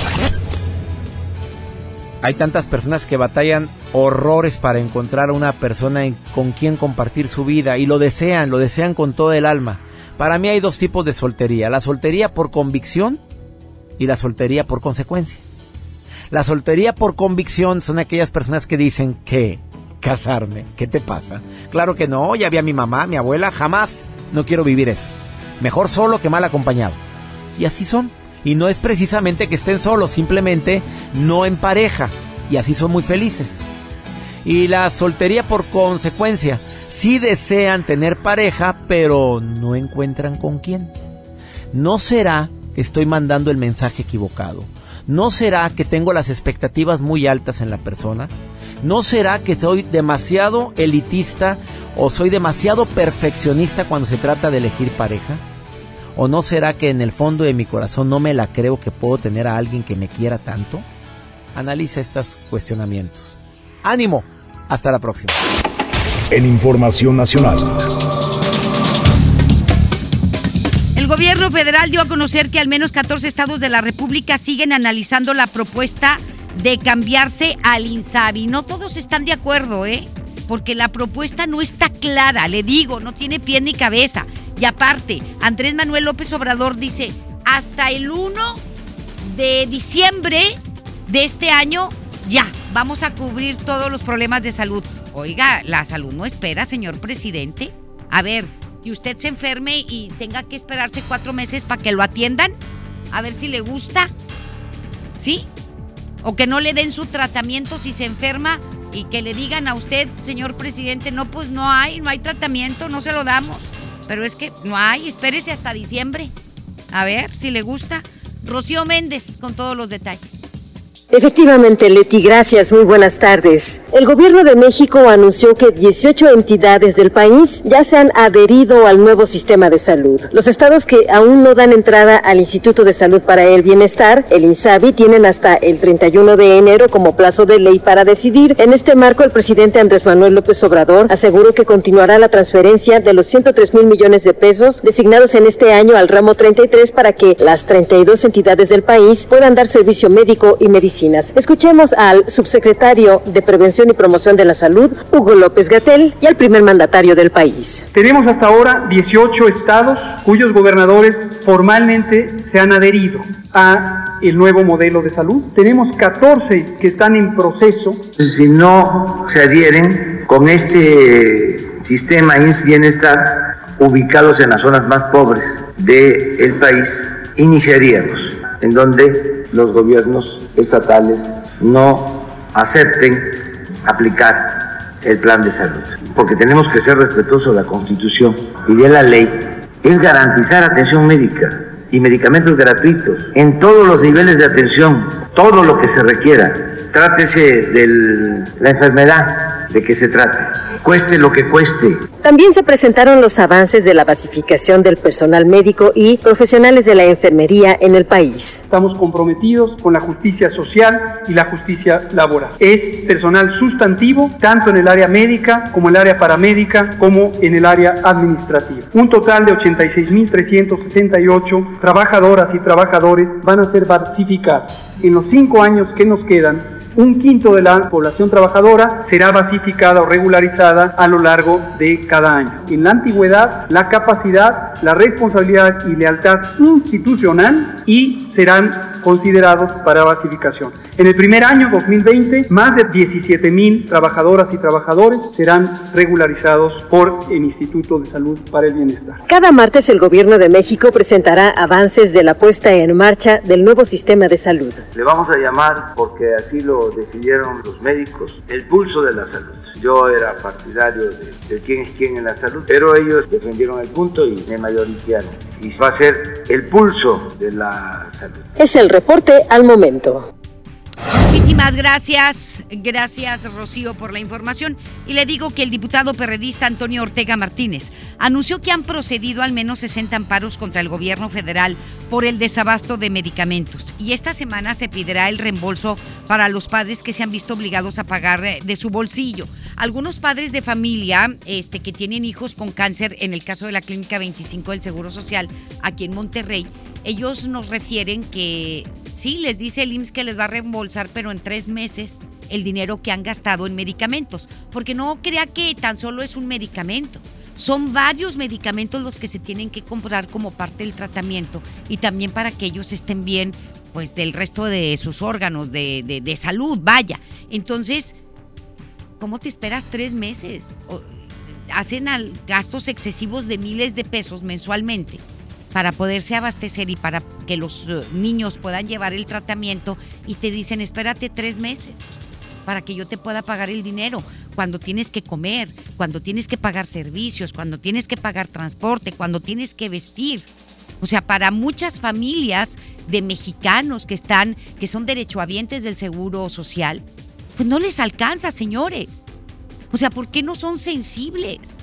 Hay tantas personas que batallan horrores para encontrar a una persona con quien compartir su vida y lo desean con todo el alma. Para mí hay 2 tipos de soltería, la soltería por convicción y la soltería por consecuencia. La soltería por convicción son aquellas personas que dicen que casarme, ¿qué te pasa? Claro que no, ya vi a mi mamá, mi abuela, jamás, no quiero vivir eso. Mejor solo que mal acompañado. Y así son. Y no es precisamente que estén solos, simplemente no en pareja. Y así son muy felices. Y la soltería por consecuencia, sí desean tener pareja, pero no encuentran con quién. ¿No será que estoy mandando el mensaje equivocado? ¿No será que tengo las expectativas muy altas en la persona? ¿No será que soy demasiado elitista o soy demasiado perfeccionista cuando se trata de elegir pareja? ¿O no será que en el fondo de mi corazón no me la creo que puedo tener a alguien que me quiera tanto? Analiza estos cuestionamientos. ¡Ánimo! Hasta la próxima. En Información Nacional. El gobierno federal dio a conocer que al menos 14 estados de la República siguen analizando la propuesta de cambiarse al INSABI. No todos están de acuerdo, porque la propuesta no está clara, le digo, no tiene pie ni cabeza. Y aparte, Andrés Manuel López Obrador dice, hasta el 1 de diciembre de este año, ya, vamos a cubrir todos los problemas de salud. Oiga, la salud no espera, señor presidente. A ver, que usted se enferme y tenga que esperarse 4 meses para que lo atiendan, a ver si le gusta, ¿sí? O que no le den su tratamiento si se enferma y que le digan a usted, señor presidente, no, pues no hay tratamiento, no se lo damos. Pero es que no hay, espérese hasta diciembre. A ver si le gusta. Rocío Méndez con todos los detalles. Efectivamente, Leti, gracias, muy buenas tardes. El Gobierno de México anunció que 18 entidades del país ya se han adherido al nuevo sistema de salud. Los estados que aún no dan entrada al Instituto de Salud para el Bienestar, el INSABI, tienen hasta el 31 de enero como plazo de ley para decidir. En este marco, el presidente Andrés Manuel López Obrador aseguró que continuará la transferencia de los 103,000 millones de pesos designados en este año al ramo 33 para que las 32 entidades del país puedan dar servicio médico y medicina. Escuchemos al subsecretario de Prevención y Promoción de la Salud, Hugo López-Gatell, y al primer mandatario del país. Tenemos hasta ahora 18 estados cuyos gobernadores formalmente se han adherido a el nuevo modelo de salud. Tenemos 14 que están en proceso. Si no se adhieren con este sistema IMSS Bienestar, ubicados en las zonas más pobres del país, iniciaríamos en donde los gobiernos estatales no acepten aplicar el plan de salud, porque tenemos que ser respetuosos de la Constitución y de la ley. Es garantizar atención médica y medicamentos gratuitos en todos los niveles de atención, todo lo que se requiera. Trátese de la enfermedad de que se trate, cueste lo que cueste. También se presentaron los avances de la basificación del personal médico y profesionales de la enfermería en el país. Estamos comprometidos con la justicia social y la justicia laboral. Es personal sustantivo, tanto en el área médica, como en el área paramédica, como en el área administrativa. Un total de 86.368 trabajadoras y trabajadores van a ser basificados. En los 5 años que nos quedan, un quinto de la población trabajadora será basificada o regularizada a lo largo de cada año. En la antigüedad, la capacidad, la responsabilidad y lealtad institucional y serán considerados para basificación. En el primer año, 2020, más de 17,000 trabajadoras y trabajadores serán regularizados por el Instituto de Salud para el Bienestar. Cada martes el Gobierno de México presentará avances de la puesta en marcha del nuevo sistema de salud. Le vamos a llamar, porque así lo decidieron los médicos, el pulso de la salud. Yo era partidario de quién es quién en la salud, pero ellos defendieron el punto y me mayoritearon. Y va a ser el pulso de la salud. Es el reporte al momento. Muchísimas gracias. Gracias, Rocío, por la información. Y le digo que el diputado perredista Antonio Ortega Martínez anunció que han procedido al menos 60 amparos contra el gobierno federal por el desabasto de medicamentos. Y esta semana se pedirá el reembolso para los padres que se han visto obligados a pagar de su bolsillo. Algunos padres de familia que tienen hijos con cáncer, en el caso de la Clínica 25 del Seguro Social, aquí en Monterrey, ellos nos refieren que sí, les dice el IMSS que les va a reembolsar, pero en 3 meses el dinero que han gastado en medicamentos. Porque no crea que tan solo es un medicamento. Son varios medicamentos los que se tienen que comprar como parte del tratamiento y también para que ellos estén bien, pues, del resto de sus órganos de salud, vaya. Entonces, ¿cómo te esperas 3 meses? Hacen gastos excesivos de miles de pesos mensualmente para poderse abastecer y para que los niños puedan llevar el tratamiento, y te dicen, espérate 3 meses para que yo te pueda pagar el dinero, cuando tienes que comer, cuando tienes que pagar servicios, cuando tienes que pagar transporte, cuando tienes que vestir. O sea, para muchas familias de mexicanos que son derechohabientes del Seguro Social, pues no les alcanza, señores. O sea, ¿por qué no son sensibles?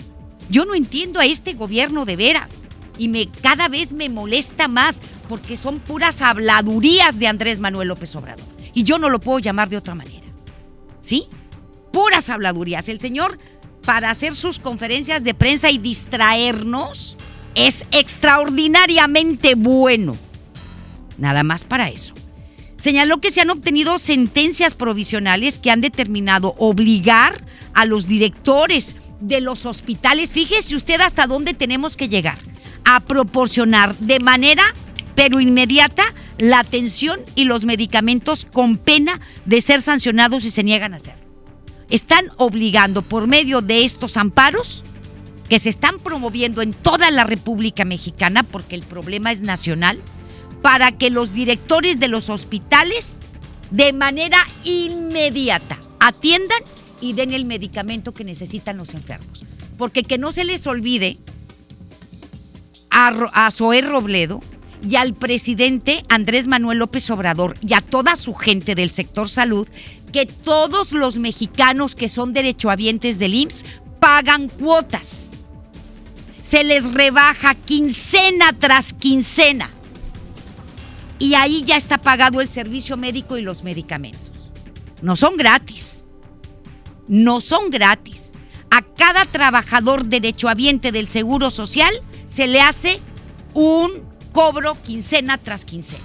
Yo no entiendo a este gobierno de veras. Y cada vez me molesta más porque son puras habladurías de Andrés Manuel López Obrador. Y yo no lo puedo llamar de otra manera. ¿Sí? Puras habladurías. El señor, para hacer sus conferencias de prensa y distraernos, es extraordinariamente bueno. Nada más para eso. Señaló que se han obtenido sentencias provisionales que han determinado obligar a los directores de los hospitales, fíjese usted hasta dónde tenemos que llegar, a proporcionar de manera, pero inmediata, la atención y los medicamentos con pena de ser sancionados si se niegan a hacerlo. Están obligando por medio de estos amparos que se están promoviendo en toda la República Mexicana, porque el problema es nacional, para que los directores de los hospitales de manera inmediata atiendan y den el medicamento que necesitan los enfermos. Porque que no se les olvide a Zoé Robledo y al presidente Andrés Manuel López Obrador y a toda su gente del sector salud, que todos los mexicanos que son derechohabientes del IMSS pagan cuotas. Se les rebaja quincena tras quincena. Y ahí ya está pagado el servicio médico y los medicamentos. No son gratis. No son gratis. A cada trabajador derechohabiente del Seguro Social se le hace un cobro quincena tras quincena.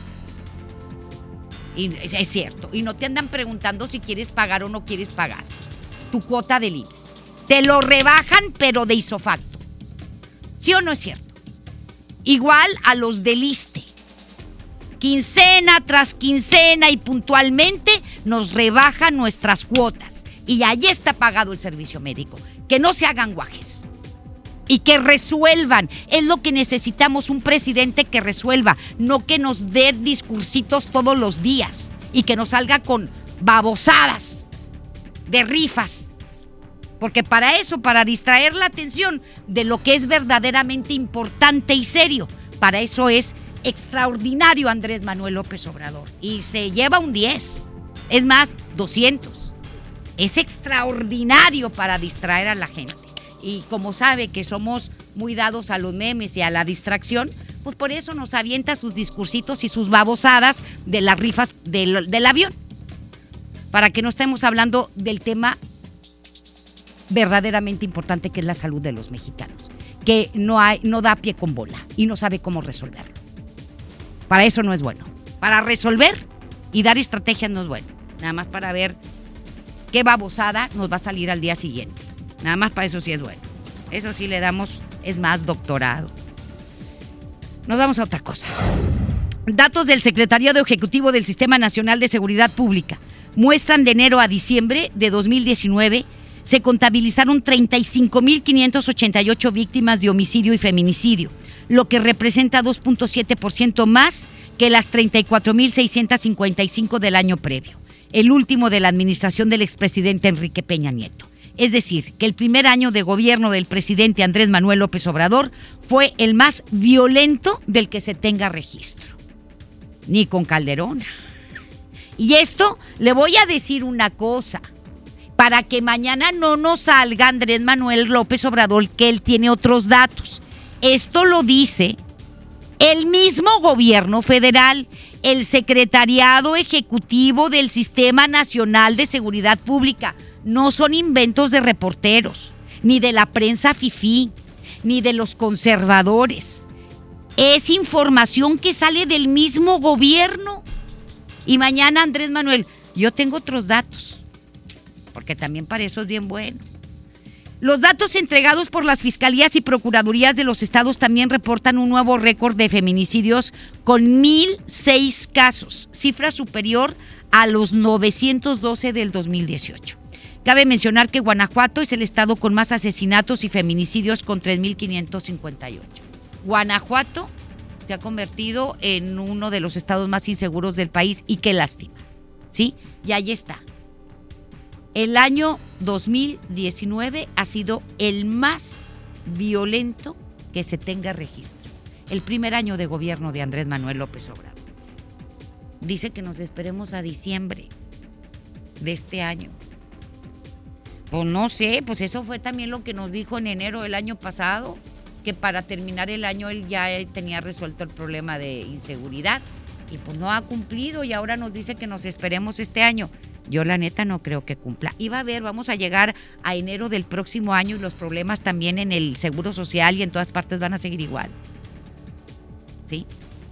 Y es cierto. Y no te andan preguntando si quieres pagar o no quieres pagar tu cuota del IMSS. Te lo rebajan, pero de isofacto. ¿Sí o no es cierto? Igual a los del ISSSTE. Quincena tras quincena y puntualmente nos rebajan nuestras cuotas. Y allí está pagado el servicio médico. Que no se hagan guajes. Y que resuelvan. Es lo que necesitamos, un presidente que resuelva. No que nos dé discursitos todos los días. Y que nos salga con babosadas de rifas. Porque para eso, para distraer la atención de lo que es verdaderamente importante y serio, para eso es extraordinario Andrés Manuel López Obrador y se lleva un 10, es más, 200. Es extraordinario para distraer a la gente. Y como sabe que somos muy dados a los memes y a la distracción, pues por eso nos avienta sus discursitos y sus babosadas de las rifas del avión. Para que no estemos hablando del tema verdaderamente importante que es la salud de los mexicanos, que no da pie con bola y no sabe cómo resolverlo. Para eso no es bueno. Para resolver y dar estrategias no es bueno. Nada más para ver qué babosada nos va a salir al día siguiente. Nada más para eso sí es bueno. Eso sí le damos, es más, doctorado. Nos vamos a otra cosa. Datos del Secretariado Ejecutivo del Sistema Nacional de Seguridad Pública muestran de enero a diciembre de 2019 se contabilizaron 35,588 víctimas de homicidio y feminicidio, lo que representa 2.7% más que las 34,655 del año previo, el último de la administración del expresidente Enrique Peña Nieto. Es decir, que el primer año de gobierno del presidente Andrés Manuel López Obrador fue el más violento del que se tenga registro. Ni con Calderón. Y esto, le voy a decir una cosa, para que mañana no nos salga Andrés Manuel López Obrador que él tiene otros datos. Esto lo dice el mismo gobierno federal, el Secretariado Ejecutivo del Sistema Nacional de Seguridad Pública. No son inventos de reporteros, ni de la prensa fifí, ni de los conservadores. Es información que sale del mismo gobierno. Y mañana Andrés Manuel, yo tengo otros datos, porque también para eso es bien bueno. Los datos entregados por las fiscalías y procuradurías de los estados también reportan un nuevo récord de feminicidios con 1,006 casos, cifra superior a los 912 del 2018. Cabe mencionar que Guanajuato es el estado con más asesinatos y feminicidios con 3,558. Guanajuato se ha convertido en uno de los estados más inseguros del país y qué lástima, ¿sí? Y ahí está. El año 2019 ha sido el más violento que se tenga registro. El primer año de gobierno de Andrés Manuel López Obrador. Dice que nos esperemos a diciembre de este año. Pues no sé, pues eso fue también lo que nos dijo en enero del año pasado, que para terminar el año él ya tenía resuelto el problema de inseguridad y pues no ha cumplido y ahora nos dice que nos esperemos este año. Yo la neta no creo que cumpla. Y vamos a llegar a enero del próximo año y los problemas también en el Seguro Social y en todas partes van a seguir igual. ¿Sí?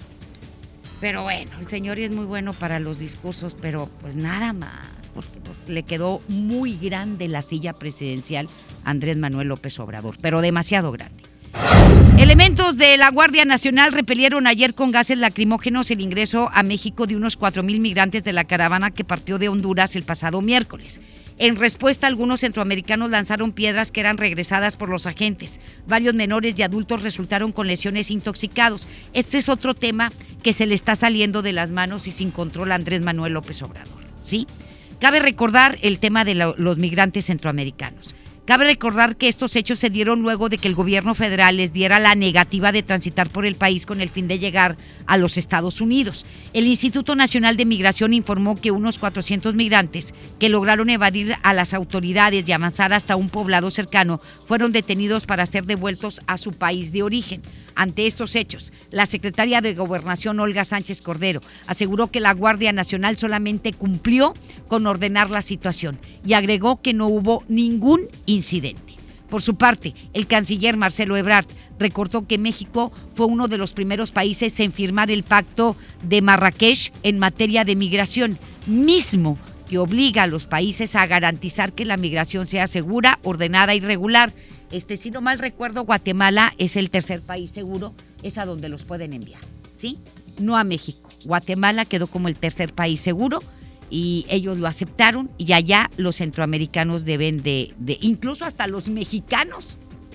Pero bueno, el señor es muy bueno para los discursos, pero pues nada más, porque pues le quedó muy grande la silla presidencial a Andrés Manuel López Obrador, pero demasiado grande. Elementos de la Guardia Nacional repelieron ayer con gases lacrimógenos el ingreso a México de unos 4,000 migrantes de la caravana que partió de Honduras el pasado miércoles. En respuesta, algunos centroamericanos lanzaron piedras que eran regresadas por los agentes. Varios menores y adultos resultaron con lesiones intoxicados. Este es otro tema que se le está saliendo de las manos y sin control a Andrés Manuel López Obrador, ¿sí? Cabe recordar el tema de los migrantes centroamericanos. Cabe recordar que estos hechos se dieron luego de que el gobierno federal les diera la negativa de transitar por el país con el fin de llegar a los Estados Unidos. El Instituto Nacional de Migración informó que unos 400 migrantes que lograron evadir a las autoridades y avanzar hasta un poblado cercano fueron detenidos para ser devueltos a su país de origen. Ante estos hechos, la secretaria de Gobernación, Olga Sánchez Cordero, aseguró que la Guardia Nacional solamente cumplió con ordenar la situación y agregó que no hubo ningún incidente. Por su parte, el canciller Marcelo Ebrard recordó que México fue uno de los primeros países en firmar el Pacto de Marrakech en materia de migración, mismo que obliga a los países a garantizar que la migración sea segura, ordenada y regular. Si no mal recuerdo, Guatemala es el tercer país seguro, es a donde los pueden enviar, ¿sí? No a México. Guatemala quedó como el tercer país seguro y ellos lo aceptaron y allá los centroamericanos deben de incluso hasta los mexicanos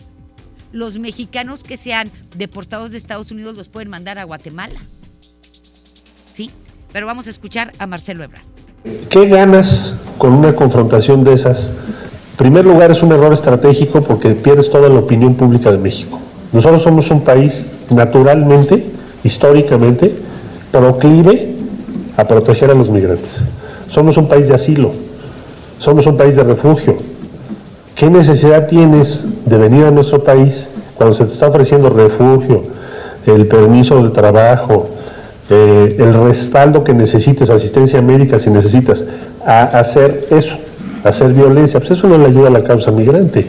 que sean deportados de Estados Unidos los pueden mandar a Guatemala, ¿sí? Pero vamos a escuchar a Marcelo Ebrard. ¿Qué ganas con una confrontación de esas? En primer lugar, es un error estratégico porque pierdes toda la opinión pública de México. Nosotros somos un país naturalmente históricamente proclive a proteger a los migrantes. Somos un país de asilo, somos un país de refugio. ¿Qué necesidad tienes de venir a nuestro país cuando se te está ofreciendo refugio, el permiso del trabajo, el respaldo que necesites, asistencia médica si necesitas, a hacer eso, a hacer violencia? Pues eso no le ayuda a la causa migrante.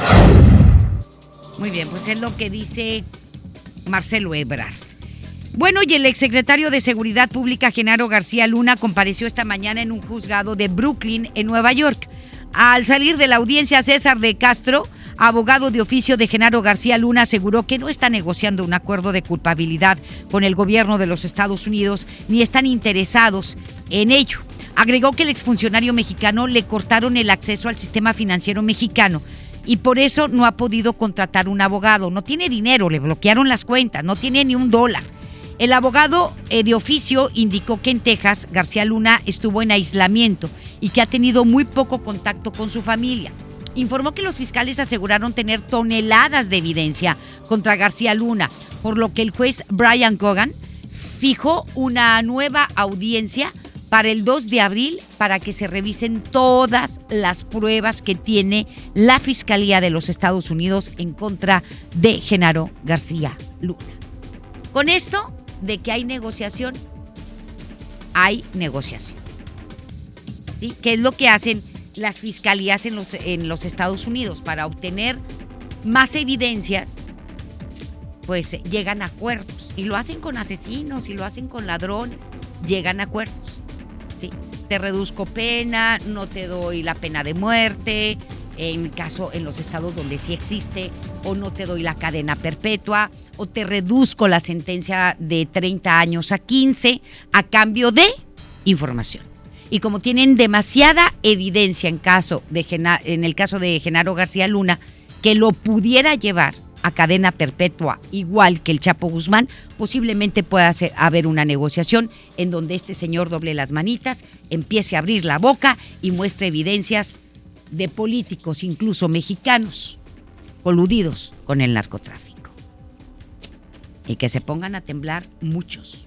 Muy bien, pues es lo que dice Marcelo Ebrard. Bueno, y el exsecretario de Seguridad Pública, Genaro García Luna, compareció esta mañana en un juzgado de Brooklyn, en Nueva York. Al salir de la audiencia, César de Castro, abogado de oficio de Genaro García Luna, aseguró que no está negociando un acuerdo de culpabilidad con el gobierno de los Estados Unidos, ni están interesados en ello. Agregó que el exfuncionario mexicano le cortaron el acceso al sistema financiero mexicano y por eso no ha podido contratar un abogado. No tiene dinero, le bloquearon las cuentas, no tiene ni $1. El abogado de oficio indicó que en Texas García Luna estuvo en aislamiento y que ha tenido muy poco contacto con su familia. Informó que los fiscales aseguraron tener toneladas de evidencia contra García Luna, por lo que el juez Brian Cogan fijó una nueva audiencia para el 2 de abril para que se revisen todas las pruebas que tiene la Fiscalía de los Estados Unidos en contra de Genaro García Luna. Con esto de que hay negociación, ¿sí? ¿Qué es lo que hacen las fiscalías en los Estados Unidos? Para obtener más evidencias, pues llegan a acuerdos. Y lo hacen con asesinos, y lo hacen con ladrones. Llegan a acuerdos, ¿sí? Te reduzco pena, no te doy la pena de muerte, en los estados donde sí existe, o no te doy la cadena perpetua, o te reduzco la sentencia de 30 años a 15 a cambio de información. Y como tienen demasiada evidencia en el caso de Genaro García Luna, que lo pudiera llevar a cadena perpetua igual que el Chapo Guzmán, posiblemente pueda haber una negociación en donde este señor doble las manitas, empiece a abrir la boca y muestre evidencias de políticos, incluso mexicanos, coludidos con el narcotráfico. Y que se pongan a temblar muchos.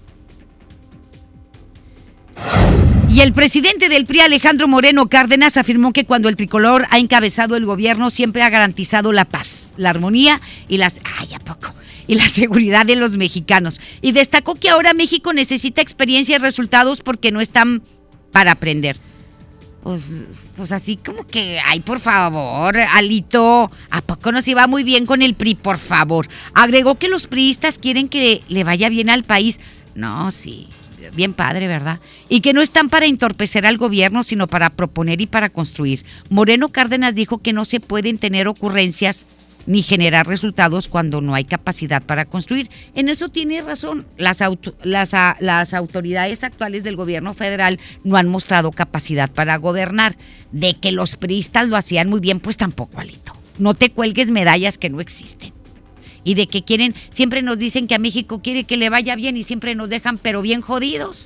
Y el presidente del PRI, Alejandro Moreno Cárdenas, afirmó que cuando el tricolor ha encabezado el gobierno siempre ha garantizado la paz, la armonía y la seguridad de los mexicanos. Y destacó que ahora México necesita experiencia y resultados porque no están para aprender. Pues así como que, ay, por favor, Alito, ¿a poco nos iba muy bien con el PRI, por favor? Agregó que los priistas quieren que le vaya bien al país. No, sí, bien padre, ¿verdad? Y que no están para entorpecer al gobierno, sino para proponer y para construir. Moreno Cárdenas dijo que no se pueden tener ocurrencias ni generar resultados cuando no hay capacidad para construir. En eso tiene razón. Las autoridades actuales del gobierno federal no han mostrado capacidad para gobernar. De que los priistas lo hacían muy bien, pues tampoco, Alito. No te cuelgues medallas que no existen. Y de que quieren, siempre nos dicen que a México quiere que le vaya bien y siempre nos dejan pero bien jodidos.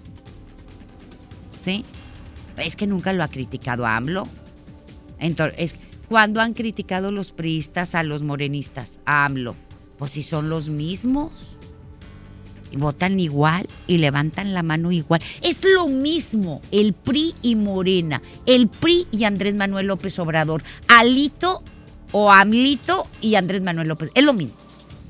¿Sí? Es que nunca lo ha criticado a AMLO. Entonces, ¿cuándo han criticado los priistas a los morenistas? A AMLO. Pues si son los mismos. Y votan igual y levantan la mano igual. Es lo mismo el PRI y Morena. El PRI y Andrés Manuel López Obrador. Alito o AMLito y Andrés Manuel López. Es lo mismo.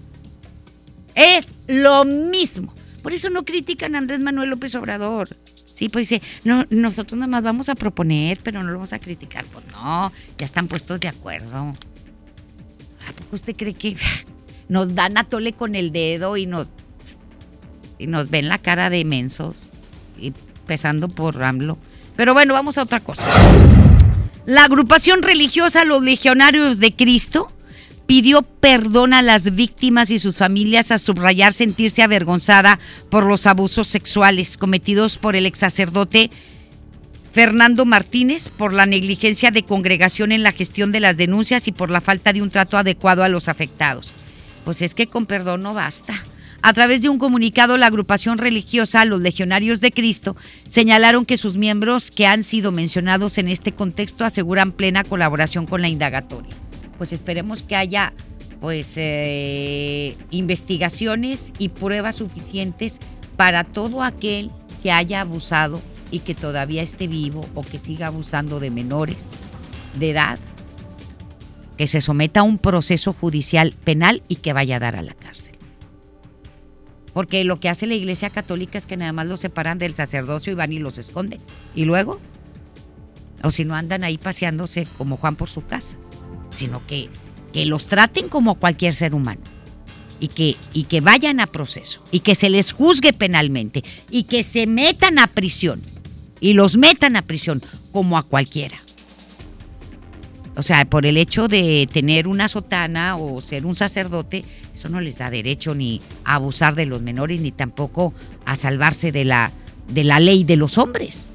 Es lo mismo. Por eso no critican a Andrés Manuel López Obrador. Sí, pues dice, no, nosotros nada más vamos a proponer, pero no lo vamos a criticar. Pues no, ya están puestos de acuerdo. ¿A poco usted cree que nos dan a tole con el dedo y nos ven la cara de mensos? Y empezando por AMLO. Pero bueno, vamos a otra cosa. La agrupación religiosa Los Legionarios de Cristo pidió perdón a las víctimas y sus familias a subrayar sentirse avergonzada por los abusos sexuales cometidos por el exsacerdote Fernando Martínez, por la negligencia de congregación en la gestión de las denuncias y por la falta de un trato adecuado a los afectados. Pues es que con perdón no basta. A través de un comunicado, la agrupación religiosa Los Legionarios de Cristo señalaron que sus miembros que han sido mencionados en este contexto aseguran plena colaboración con la indagatoria. Pues esperemos que haya investigaciones y pruebas suficientes para todo aquel que haya abusado y que todavía esté vivo o que siga abusando de menores de edad, que se someta a un proceso judicial penal y que vaya a dar a la cárcel. Porque lo que hace la Iglesia Católica es que nada más los separan del sacerdocio y van y los esconden. Y luego, o si no andan ahí paseándose como Juan por su casa, sino que los traten como cualquier ser humano y que vayan a proceso y que se les juzgue penalmente y que se metan a prisión y los metan a prisión como a cualquiera. O sea, por el hecho de tener una sotana o ser un sacerdote, eso no les da derecho ni a abusar de los menores ni tampoco a salvarse de la ley de los hombres.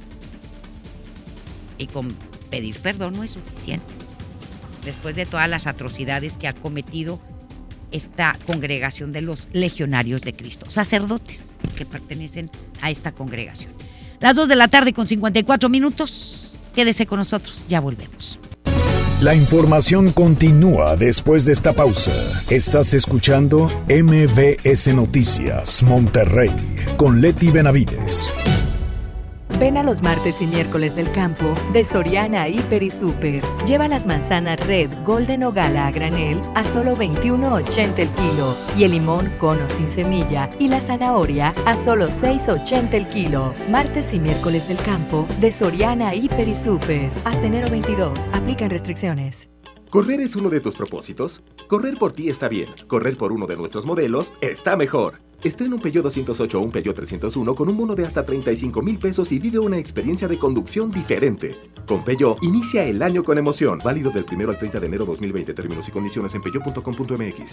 Y con pedir perdón no es suficiente. Después de todas las atrocidades que ha cometido esta congregación de los legionarios de Cristo, sacerdotes que pertenecen a esta congregación. Las 2:54 p.m. Quédese con nosotros, ya volvemos. La información continúa después de esta pausa. Estás escuchando MBS Noticias Monterrey con Leti Benavides. Ven a los martes y miércoles del campo de Soriana Hiper y Super. Lleva las manzanas Red, Golden o Gala a granel a solo $21.80 el kilo y el limón cono sin semilla y la zanahoria a solo $6.80 el kilo. Martes y miércoles del campo de Soriana Hiper y Super. Hasta enero 22. Aplican restricciones. ¿Correr es uno de tus propósitos? Correr por ti está bien. Correr por uno de nuestros modelos está mejor. Estrena un Peugeot 208 o un Peugeot 301 con un bono de hasta 35,000 pesos y vive una experiencia de conducción diferente. Con Peugeot, inicia el año con emoción. Válido del 1 al 30 de enero 2020. Términos y condiciones en peugeot.com.mx.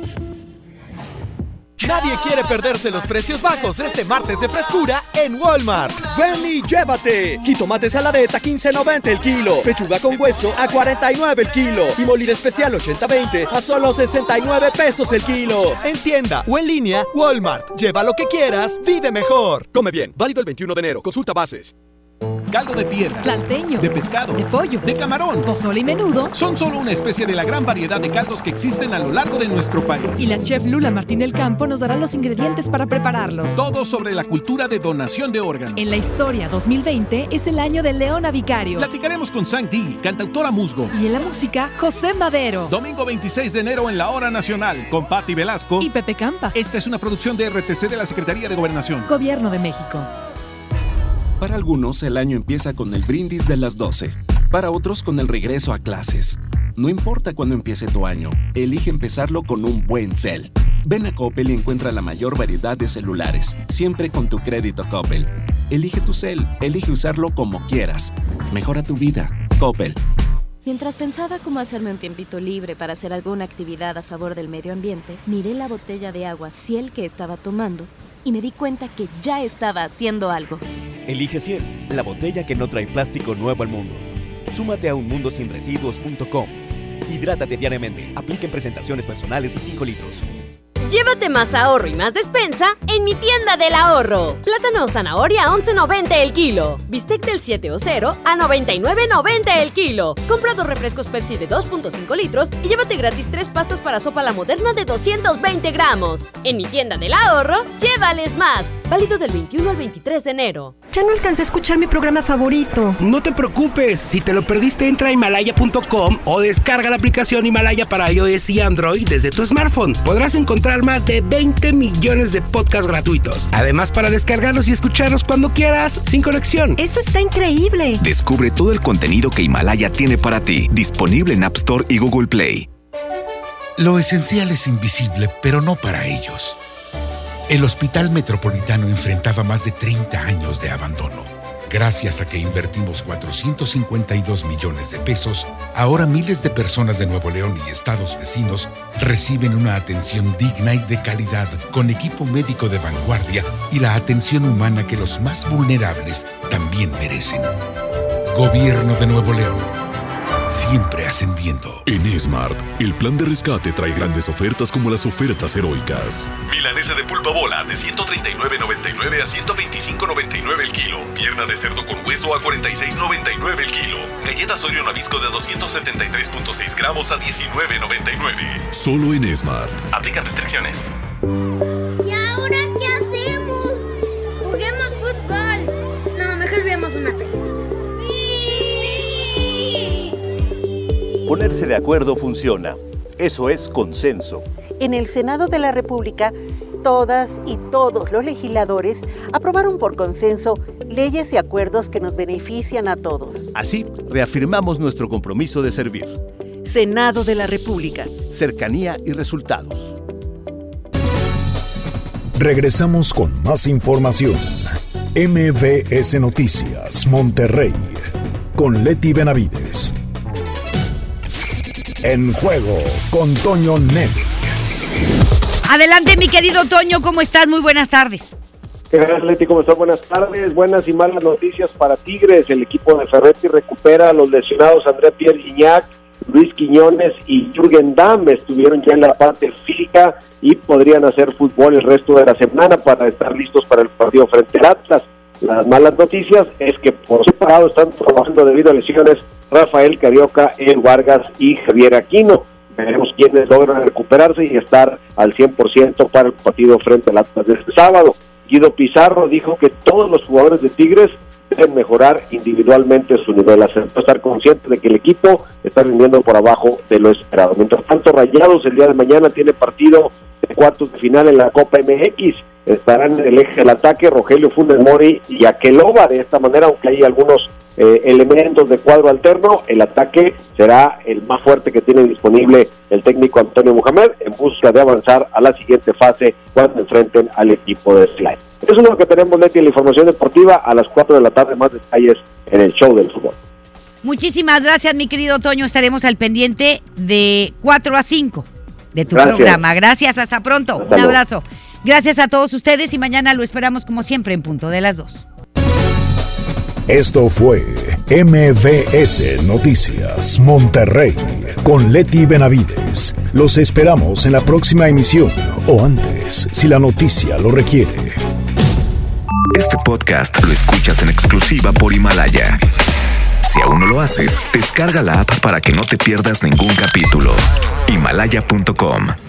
Nadie quiere perderse los precios bajos este martes de frescura en Walmart. Ven y llévate. Jitomate saladeta a $15.90 el kilo. Pechuga con hueso a $49 el kilo. Y molida especial 80-20 a solo 69 pesos el kilo. En tienda o en línea, Walmart. Lleva lo que quieras, vive mejor. Come bien. Válido el 21 de enero. Consulta bases. Caldo de piedra, tlalteño, de pescado, de pollo, de camarón, pozole y menudo son solo una especie de la gran variedad de caldos que existen a lo largo de nuestro país. Y la chef Lula Martín del Campo nos dará los ingredientes para prepararlos. Todo sobre la cultura de donación de órganos. En la historia 2020 es el año de Leona Vicario. Platicaremos con Sang Di, cantautora musgo. Y en la música, José Madero. Domingo 26 de enero en la Hora Nacional con Patti Velasco y Pepe Campa. Esta es una producción de RTC de la Secretaría de Gobernación. Gobierno de México. Para algunos, el año empieza con el brindis de las 12. Para otros, con el regreso a clases. No importa cuándo empiece tu año, elige empezarlo con un buen cel. Ven a Coppel y encuentra la mayor variedad de celulares, siempre con tu crédito Coppel. Elige tu cel, elige usarlo como quieras. Mejora tu vida. Coppel. Mientras pensaba cómo hacerme un tiempito libre para hacer alguna actividad a favor del medio ambiente, miré la botella de agua Ciel que estaba tomando y me di cuenta que ya estaba haciendo algo. Elige Ciel, la botella que no trae plástico nuevo al mundo. Súmate a unmundosinresiduos.com. Hidrátate diariamente. Apliquen presentaciones personales y 5 litros. Llévate más ahorro y más despensa en mi tienda del ahorro. Plátano o zanahoria a $11.90 el kilo. Bistec del 7 o 0 a $99.90 el kilo. Compra 2 refrescos Pepsi de 2.5 litros y llévate gratis 3 pastas para sopa La Moderna de 220 gramos. En mi tienda del ahorro, llévales más. Válido del 21 al 23 de enero. Ya no alcancé a escuchar mi programa favorito. No te preocupes, si te lo perdiste entra a Himalaya.com o descarga la aplicación Himalaya para iOS y Android desde tu smartphone. Podrás encontrar más de 20 millones de podcasts gratuitos. Además, para descargarlos y escucharlos cuando quieras, sin conexión. ¡Eso está increíble! Descubre todo el contenido que Himalaya tiene para ti. Disponible en App Store y Google Play. Lo esencial es invisible, pero no para ellos. El Hospital Metropolitano enfrentaba más de 30 años de abandono. Gracias a que invertimos 452 millones de pesos, ahora miles de personas de Nuevo León y estados vecinos reciben una atención digna y de calidad con equipo médico de vanguardia y la atención humana que los más vulnerables también merecen. Gobierno de Nuevo León. siempre ascendiendo. En Smart, el plan de rescate trae grandes ofertas como las ofertas heroicas. Milanesa de pulpa bola de 139.99 a 125.99 el kilo. Pierna de cerdo con hueso a 46.99 el kilo. Galletas Oreo Nabisco de 273.6 gramos a 19.99. Solo en Smart. Aplican restricciones. ¿Y ahora qué hacemos? Juguemos fútbol. No, mejor veamos una película. Ponerse de acuerdo funciona. Eso es consenso. En el Senado de la República, todas y todos los legisladores aprobaron por consenso leyes y acuerdos que nos benefician a todos. Así, reafirmamos nuestro compromiso de servir. Senado de la República. Cercanía y resultados. Regresamos con más información. MBS Noticias, Monterrey, con Leti Benavides. En juego con Toño Net. Adelante, mi querido Toño, ¿cómo estás? Muy buenas tardes. Gracias, Leti, ¿cómo estás? Buenas tardes. Buenas y malas noticias para Tigres. El equipo de Ferretti recupera a los lesionados André Pierre Gignac, Luis Quiñones y Jürgen Damm. Estuvieron ya en la parte física y podrían hacer fútbol el resto de la semana para estar listos para el partido frente al Atlas. Las malas noticias es que por separado están trabajando debido a lesiones Rafael Carioca, El Vargas y Javier Aquino. Veremos quiénes logran recuperarse y estar al 100% para el partido frente al Atlas de este sábado. Guido Pizarro dijo que todos los jugadores de Tigres deben mejorar individualmente su nivel, aceptó estar consciente de que el equipo está rindiendo por abajo de lo esperado. Mientras tanto, Rayados el día de mañana tiene partido de cuartos de final en la Copa MX. Estarán en el eje del ataque Rogelio Funes Mori y Aqueloba. De esta manera, aunque hay algunos elementos de cuadro alterno, el ataque será el más fuerte que tiene disponible el técnico Antonio Mohamed en busca de avanzar a la siguiente fase cuando enfrenten al equipo de Slide. Eso es lo que tenemos, Leti, en la información deportiva. A las 4 de la tarde más detalles en el show del fútbol. Muchísimas gracias, mi querido Toño. Estaremos al pendiente de 4 a 5 de tu programa. Gracias, hasta pronto. Un abrazo. Gracias a todos ustedes y mañana lo esperamos como siempre en punto de las 2. Esto fue MBS Noticias Monterrey con Leti Benavides. Los esperamos en la próxima emisión o antes, si la noticia lo requiere. Este podcast lo escuchas en exclusiva por Himalaya. Si aún no lo haces, descarga la app para que no te pierdas ningún capítulo. Himalaya.com